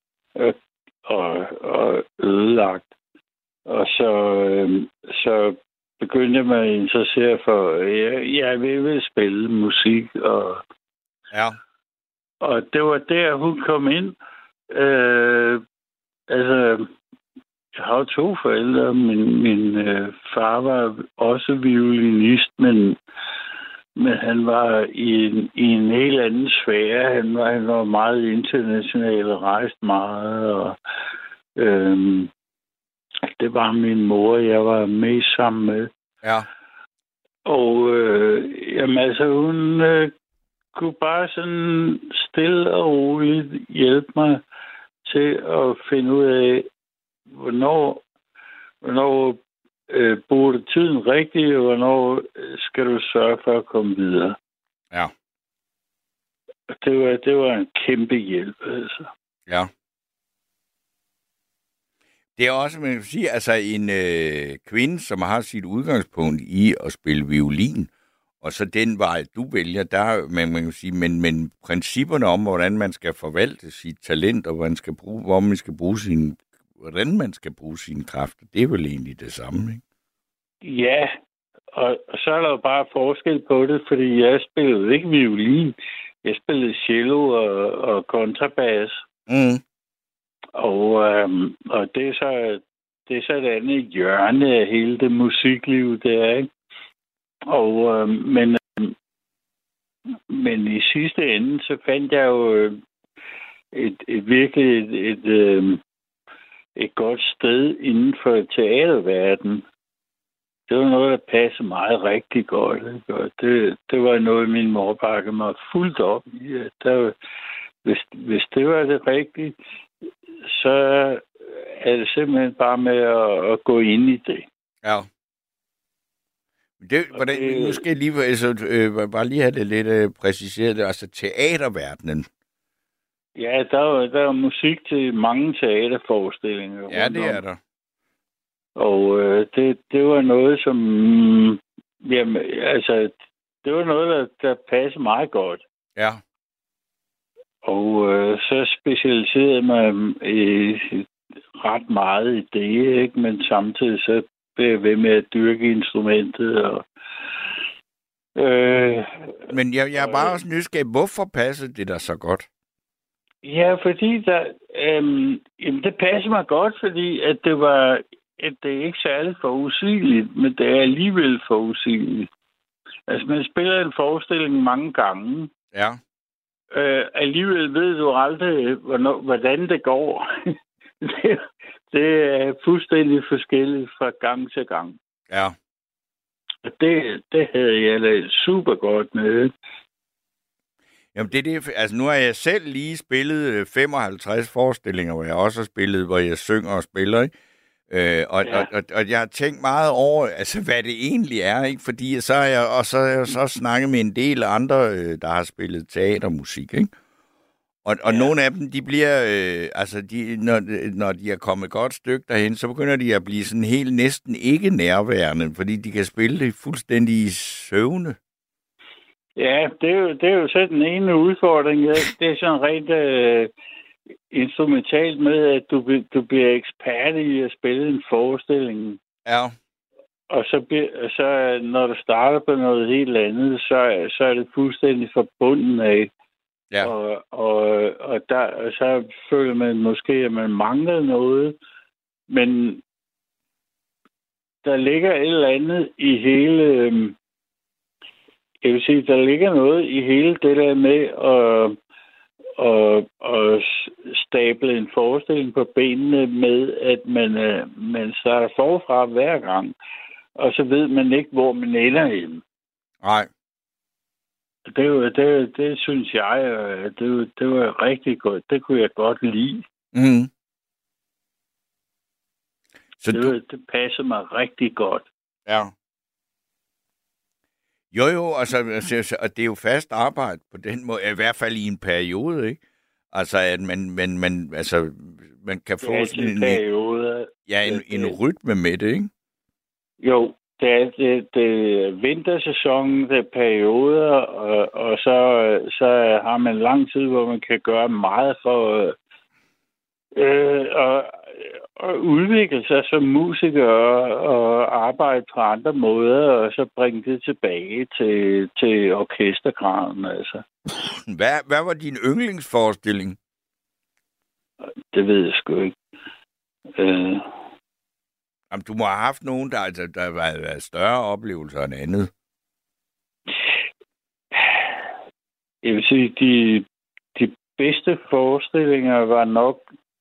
og ødelagt. Og så begyndte jeg mig at interessere for, jeg vil spille musik. Ja. Og det var der, hun kom ind. Jeg har jo 2 forældre. Min far var også violinist, men han var i en helt anden sfære. Han var meget international og rejste meget. Og det var min mor, jeg var mest sammen med. Ja. Og hun kunne bare sådan stille og roligt hjælpe mig til at finde ud af, hvornår bruger du tiden rigtigt, og hvornår skal du sørge for at komme videre. Ja. Det var en kæmpe hjælp, altså. Ja. Det er også, man kan sige, altså en kvinde, som har sit udgangspunkt i at spille violin, og så den vej, du vælger, der man kan sige, men principperne om, hvordan man skal forvalte sit talent, og hvordan man skal bruge sine kræfter, det er vel egentlig det samme, ikke? Ja, og så er der jo bare forskel på det, fordi jeg spillede ikke violin. Jeg spillede cello og kontrabas. Mm. Og det er så et andet hjørne af hele det musikliv, det er, ikke? Men i sidste ende, så fandt jeg jo et godt sted inden for teaterverdenen. Det var noget, der passede mig rigtig godt. Ikke? Og det var noget, min mor bakkede mig fuldt op i. Hvis det var det rigtige, så er det simpelthen bare med at gå ind i det. Ja. Nu skal jeg lige, bare lige have det lidt præciseret. Altså teaterverdenen. Ja, der er musik til mange teaterforestillinger. Ja, det er der. Og det var noget, som... Jamen, altså, det var noget, der passede meget godt. Ja. Og så specialiserede mig ret meget i det, ikke? Men samtidig så blev jeg ved med at dyrke instrumentet. Men jeg er bare også nysgerrig. Hvorfor passede det der så godt? Ja, fordi det passer mig godt, fordi at det er ikke særlig forudsigeligt, men det er alligevel forudsigeligt. Altså, man spiller en forestilling mange gange. Ja. Alligevel ved du aldrig, hvordan det går. Det er fuldstændig forskelligt fra gang til gang. Ja. Og det havde jeg da super godt med. Jamen, altså, nu har jeg selv lige spillet 55 forestillinger, hvor jeg også har spillet, hvor jeg synger og spiller, ikke? Og jeg har tænkt meget over, altså, hvad det egentlig er, ikke? Fordi så har jeg så snakket med en del andre, der har spillet teatermusik, ikke? Og nogle af dem, de bliver, når de er kommet et godt stykke derhen, så begynder de at blive sådan helt næsten ikke nærværende, fordi de kan spille det fuldstændig i søvne. Ja, det er jo så den ene udfordring. Det er sådan rent instrumentalt med, at du bliver ekspert i at spille en forestilling. Ja. Og så når du starter på noget helt andet, så er det fuldstændig forbundet af. Ja. Og så føler man måske, at man mangler noget. Men der ligger et eller andet i hele... Jeg vil sige, der ligger noget i hele det der med at stable en forestilling på benene med, at man starter forfra hver gang, og så ved man ikke, hvor man ender henne. Nej. Det synes jeg, det var rigtig godt. Det kunne jeg godt lide. Mm. Så det passer mig rigtig godt. Ja. Jo, altså, og det er jo fast arbejde på den måde, i hvert fald i en periode, ikke? Altså, at man kan få sådan en periode. Ja, en rytme med det, ikke? Jo, det er vintersæsonen, det er perioder, og så har man lang tid, hvor man kan gøre meget for at udvikle sig som musiker og arbejde på andre måder, og så bringe det tilbage til orkestergraden, altså. Hvad var din yndlingsforestilling? Det ved jeg sgu ikke. Jamen, du må have haft nogen, der har været større oplevelser end andet. Jeg vil sige, de bedste forestillinger var nok...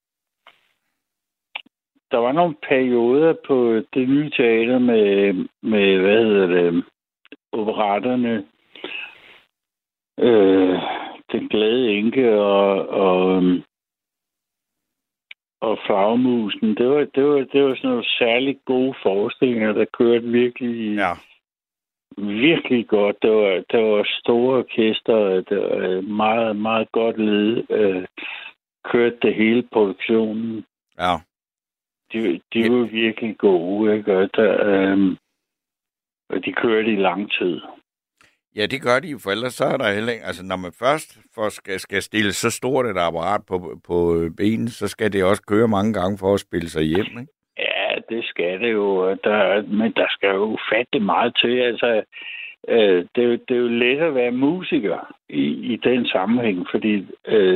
Der var nogle perioder på det nye teater med operetterne. Den glade enke og flagmusen. Det var sådan nogle særligt gode forestillinger, der kørte virkelig godt. Der var store orkester, der var meget, meget godt ledet. Kørte det hele produktionen. Ja. De var virkelig gode, ikke? Og de kørte i lang tid. Ja, det gør de jo, for ellers så er der heller ikke... Altså, når man først skal stille så stort et apparat på benen, så skal det også køre mange gange for at spille sig hjem, ikke? Ja, det skal det jo. Men der skal jo fatte meget til. Altså, det er jo let at være musiker i den sammenhæng, fordi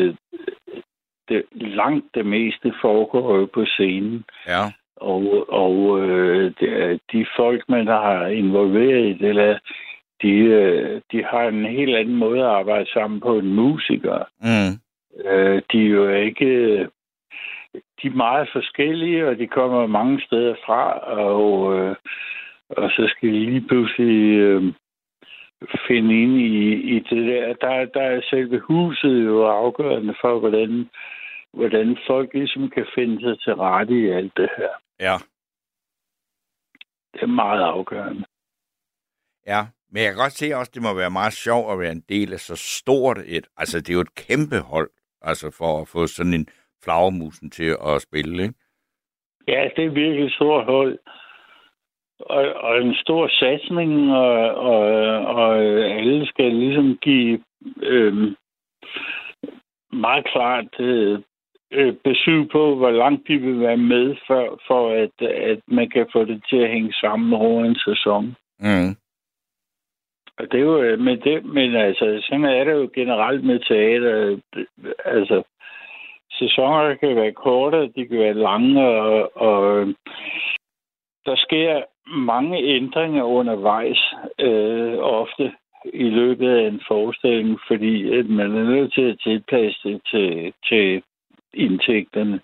langt det meste foregår jo på scenen. Ja. Og de folk, man har involveret i det, de har en helt anden måde at arbejde sammen på end musikere. De er jo ikke... De er meget forskellige, og de kommer mange steder fra, og så skal de lige pludselig finde ind i det der. Der er selve huset jo afgørende for, hvordan folk ligesom kan finde sig til rette i alt det her. Ja. Det er meget afgørende. Ja, men jeg kan godt se også, at det må være meget sjovt at være en del af så stort et... Altså, det er jo et kæmpe hold, altså for at få sådan en flagermusen til at spille, ikke? Ja, det er virkelig et stort hold. Og en stor satsning, og alle skal ligesom give meget klart besøg på, hvor langt de vil være med, for at man kan få det til at hænge sammen over en sæson. Og det er jo men altså, sådan er det jo generelt med teater. Altså, sæsoner kan være korte, de kan være lange, og der sker mange ændringer undervejs, ofte i løbet af en forestilling, fordi at man er nødt til at tilpasse det til indtægterne.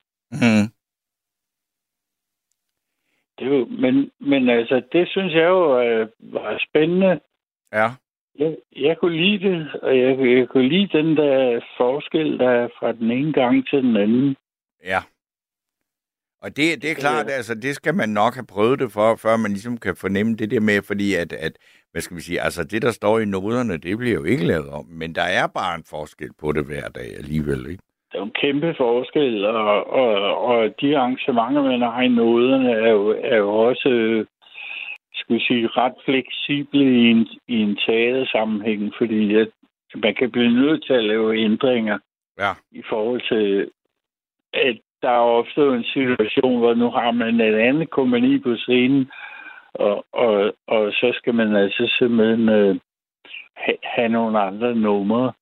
Det er jo, men altså, det synes jeg jo var spændende. Ja. Jeg kunne lide det, og jeg kunne lide den der forskel, der er fra den ene gang til den anden. Ja. Og det er klart, altså det skal man nok have prøvet det for, før man ligesom kan fornemme det der med, fordi at hvad skal vi sige, altså det, der står i noderne, det bliver jo ikke lavet om, men der er bare en forskel på det hver dag alligevel, ikke? Der er jo en kæmpe forskel, og de arrangementer, man har i noderne, er jo også, skal vi sige, ret fleksible i en teatersammenhæng, fordi at man kan blive nødt til at lave ændringer i forhold til, at der er opstået en situation, hvor nu har man et andet kompagni på scenen, og så skal man altså simpelthen have nogle andre numre.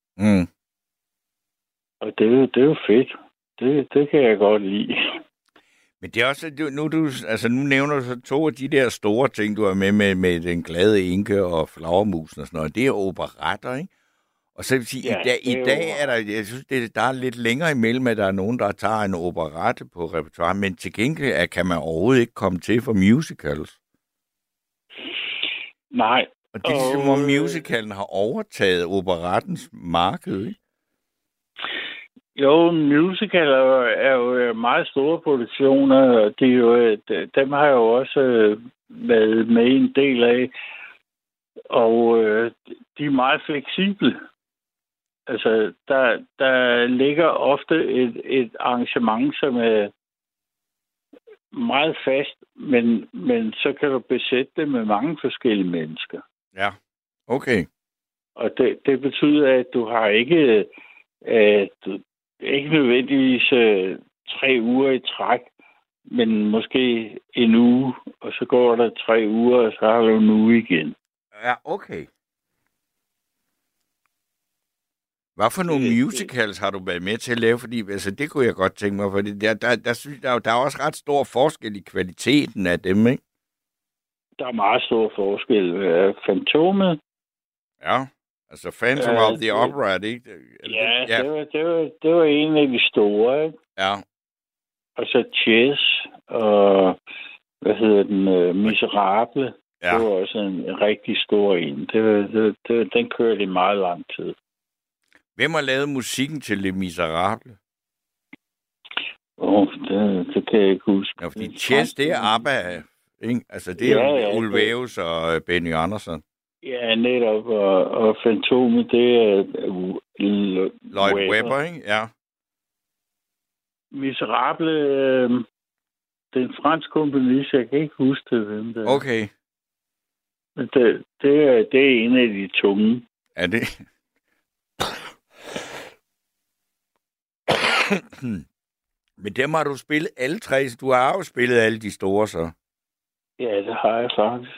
Og det er jo fedt. Det kan jeg godt lide. Men det er også, nu nævner du så 2 af de der store ting, du har med Den Glade Enke og Flagermusen og sådan noget. Det er operetter, ikke? Og så vil sige, i dag er der, jeg synes, der er lidt længere imellem, at der er nogen, der tager en operette på repertoire, men til gengæld kan man overhovedet ikke komme til for musicals. Nej. Og det er som om musicalen har overtaget operettens marked, ikke? Jo, musicaler er jo meget store produktioner, og dem har jeg jo også været med en del af. Og de er meget fleksible. Altså, der ligger ofte et arrangement, som er meget fast, men så kan du besætte det med mange forskellige mennesker. Ja, okay. Og det betyder, at du har ikke nødvendigvis 3 uger i træk, men måske en uge, og så går der 3 uger, og så har du en uge igen. Ja, okay. Hvad for nogle musicals har du været med til at lave? Fordi altså, det kunne jeg godt tænke mig, fordi der er også ret stor forskel i kvaliteten af dem, ikke? Der er meget stor forskel. Fantomet. Ja, altså Phantom of the Opera, det ikke? Ja, det var en af de store, ikke? Ja. Og så Chess, og hvad hedder den, Miserable. Ja. Det var også en rigtig stor en. Den kørte i meget lang tid. Hvem har lavet musikken til Les Miserables? Det kan jeg ikke huske. Ja, fordi Chess, det er ABBA, ikke? Altså, det er Ulvaeus og Benny Andersson. Ja, netop. Og Fantomet, det er Lloyd Webber, ikke? Ja. Miserable, det er en fransk komponist, jeg kan ikke huske det, hvem det er. Okay. Men det er en af de tunge. Er det? Men dem har du spillet alle 3, så du har jo spillet alle de store, så. Ja, det har jeg faktisk.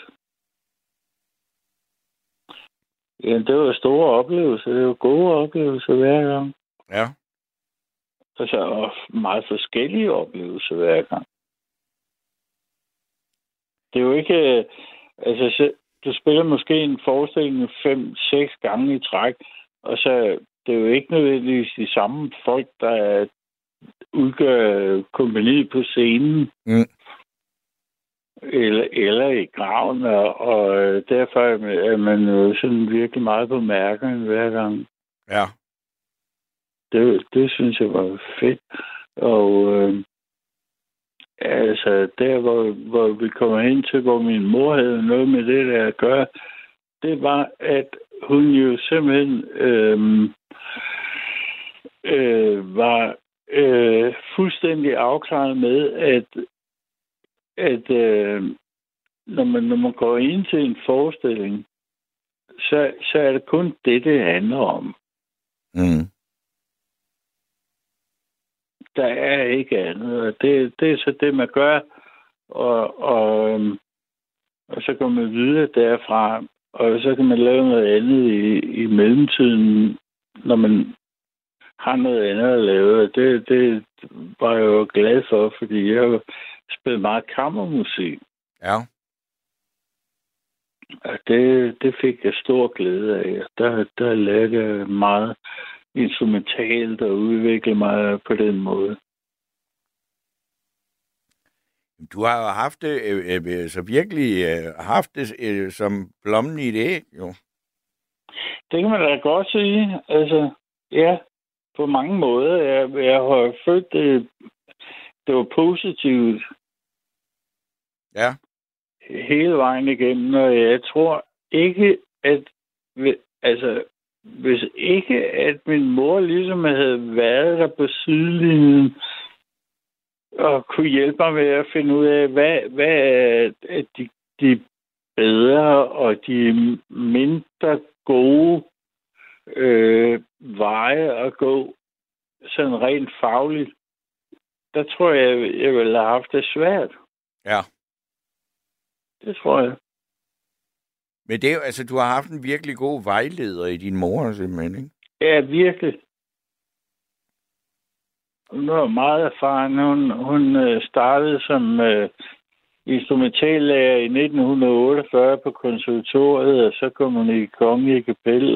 Ja, det var store oplevelser. Det var gode oplevelser hver gang. Ja. Altså, og meget forskellige oplevelser hver gang. Det er jo ikke... du spiller måske en forestilling 5-6 gange i træk, og så det er jo ikke nødvendigvis de samme folk, der udgør kompagniet på scenen. Mm. Eller i graven, og derfor er man jo sådan virkelig meget på mærkerne hver gang. Ja. Det synes jeg var fedt. Og altså, der hvor vi kommer hen til, hvor min mor havde noget med det der at gøre, det var, at hun jo simpelthen var fuldstændig afklaret med, at når man går ind til en forestilling, så er det kun det handler om. Mm. Der er ikke andet, og det er så det, man gør, og så kan man videre derfra, og så kan man lave noget andet i mellemtiden, når man har noget andet at lave. Det var jeg jo glad for, fordi jeg spillede meget kammermusik. Ja. Og det fik jeg stor glæde af. Der lærte jeg meget instrumentalt og udvikle mig på den måde. Du har jo haft det, så virkelig haft det som blommen i det æg, jo. Det kan man da godt sige. Altså, ja, på mange måder. Jeg har følt, det var positivt. Ja. Hele vejen igennem, og jeg tror ikke, at hvis ikke, at min mor ligesom havde været der på sidelinjen og kunne hjælpe mig med at finde ud af, hvad er de bedre og de mindre gode veje at gå, sådan rent fagligt, der tror jeg ville have haft det svært. Ja. Det tror jeg. Men det er jo, altså, du har haft en virkelig god vejleder i din mor, simpelthen, ikke? Ja, virkelig. Hun var meget erfaren. Hun startede som instrumentallærer i 1948 på konservatoriet, og så kom hun i Kongelige Kapel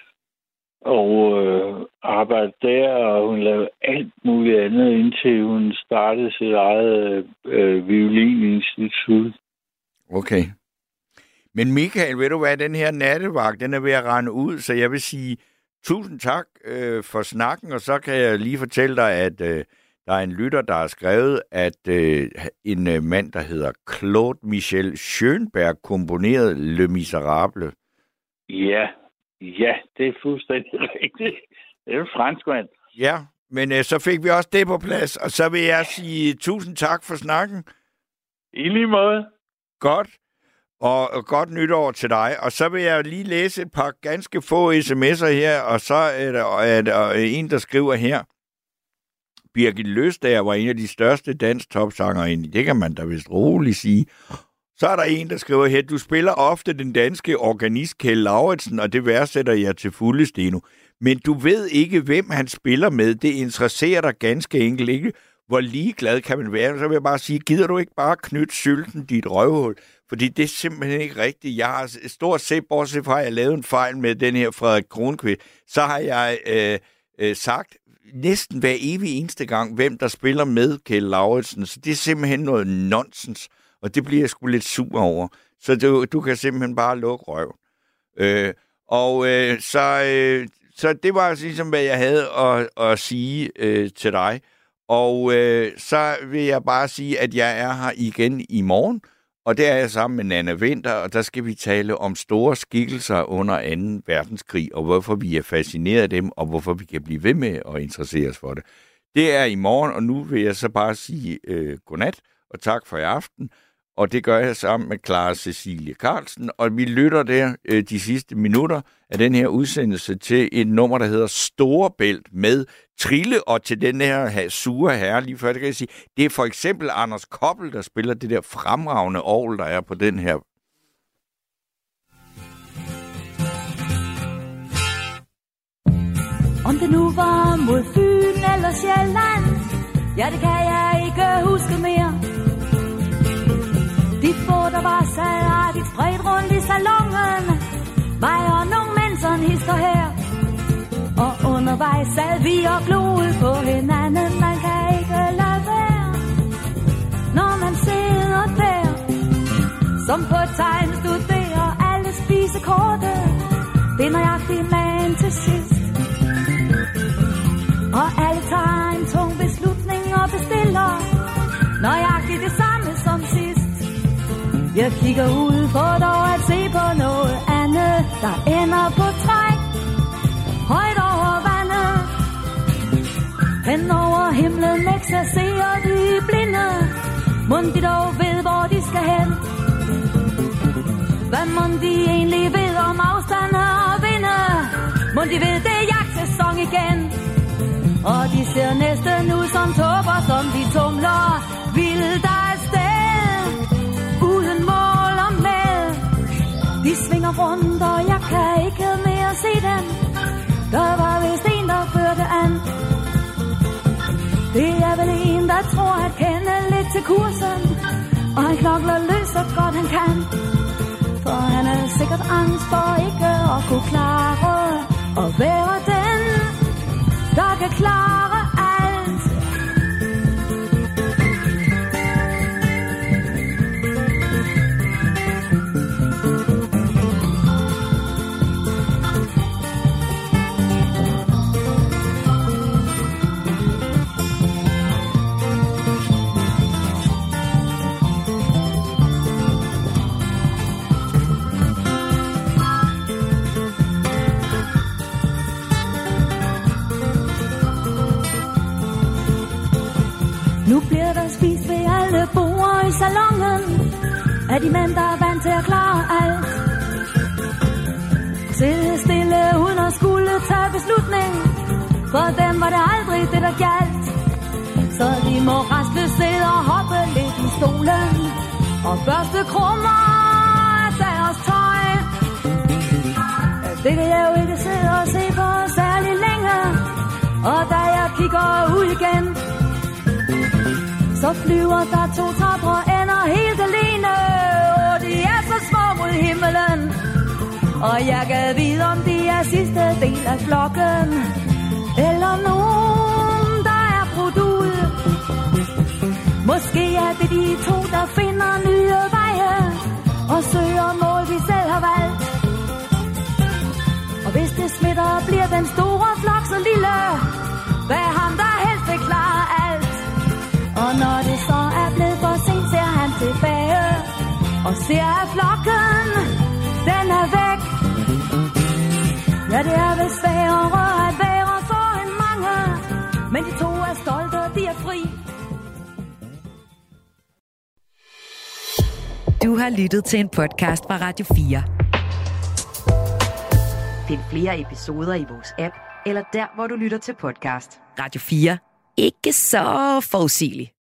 og arbejdede der, og hun lavede alt muligt andet, indtil hun startede sit eget violininstitut. Okay. Men Michael, ved du hvad, den her nattevagt, den er ved at rende ud, så jeg vil sige tusind tak for snakken, og så kan jeg lige fortælle dig, at der er en lytter, der har skrevet, at en mand, der hedder Claude Michel Schönberg, komponerede Le Miserable. Ja, det er fuldstændig rigtigt. Det er jo franskmand. Ja, men så fik vi også det på plads, og så vil jeg sige tusind tak for snakken. I lige måde. Godt. Og godt nytår til dig. Og så vil jeg lige læse et par ganske få sms'er her, og så er der en, der skriver her. Birgit Løstager var en af de største dansk topsangere. Det kan man da vist roligt sige. Så er der en, der skriver her, du spiller ofte den danske organist Kjeld Lauritsen, og det værdsætter jeg til fulde, Steno. Men du ved ikke, hvem han spiller med. Det interesserer dig ganske enkelt ikke. Hvor ligeglad kan man være? Så vil jeg bare sige, gider du ikke bare knytte sylten dit røvhul? Fordi det er simpelthen ikke rigtigt. Jeg har stort set, bortset fra, at jeg lavede en fejl med den her Frederik Kronqvist, så har jeg sagt næsten hver evig eneste gang, hvem der spiller med Kjeld Lauritsen. Så det er simpelthen noget nonsens, og det bliver jeg sgu lidt sur over. Så du kan simpelthen bare lukke røv. Så det var altså ligesom, hvad jeg havde at sige til dig. Og så vil jeg bare sige, at jeg er her igen i morgen, og det er jeg sammen med Nanna Winther, og der skal vi tale om store skikkelser under 2. verdenskrig, og hvorfor vi er fascineret af dem, og hvorfor vi kan blive ved med at interessere os for det. Det er i morgen, og nu vil jeg så bare sige godnat, og tak for i aften. Og det gør jeg sammen med Clara Cecilie Carlsen, og vi lytter der de sidste minutter af den her udsendelse til et nummer, der hedder Storebælt med Trille, og til den her sure herre, lige før det kan jeg sige, det er for eksempel Anders Koppel, der spiller det der fremragende orgel, der er på den her. Om det nu var mod Fyn eller Sjælland, ja, det kan jeg ikke huske mere. De få, der var salartigt spredt rundt i salon, jeg sad vi og gloede på hinanden. Man kan ikke lade være, når man sidder der, som på et tegn studerer alle spisekorte. Det er nøjagtigt man til sidst, og alle tager en tung beslutning og bestiller nøjagtigt det samme som sidst. Jeg kigger ud for dog at se på noget andet, der ender på træk højt over vandet. Hen over himlen eksercerer de blinde, mon de dog ved hvor de skal hen. Hvad mon de egentlig ved om afstande og vinde? Mon de ved det er jagtsæson igen. Og de ser næsten ud som tåber, som de tumler vildt afsted, uden mål og med. De svinger rundt, og jeg kan ikke mere se dem. Der var vist en, der førte an. Det er vel en, der tror at kende lidt til kursen, og han knokler løs så godt han kan. For han er sikkert angst for ikke at kunne klare og være den, der kan klare alt. Nu bliver der spist ved alle borde i salongen af de mænd, der er vant til at klare alt. Sidde stille uden at skulle tage beslutning, for dem var det aldrig det, der galt. Så de må rastløst sidde og hoppe lidt i stolen og børste krummer af deres tøj. Det kan jeg jo ikke sidde og se på særlig længe, og da jeg kigger ud igen, så flyver der 2 tapre ender helt alene, og de er så små mod himmelen. Og jeg kan vide, om de er sidste del af flokken, eller nogen, der er brudt ud. Måske er det de 2, der finder nye veje og søger mål, vi selv har valgt. Og hvis det smitter, bliver den store flok så lille, hvad ham der helst vil klare alt. Og når det så er blevet for sent, ser han tilbage og ser at flokken, den er væk. Ja, det er vist sværere at være for en mange, men de 2 er stolte, de er fri. Du har lyttet til en podcast fra Radio 4. Find flere episoder i vores app, eller der, hvor du lytter til podcast. Radio 4. Ikke så forudsigeligt.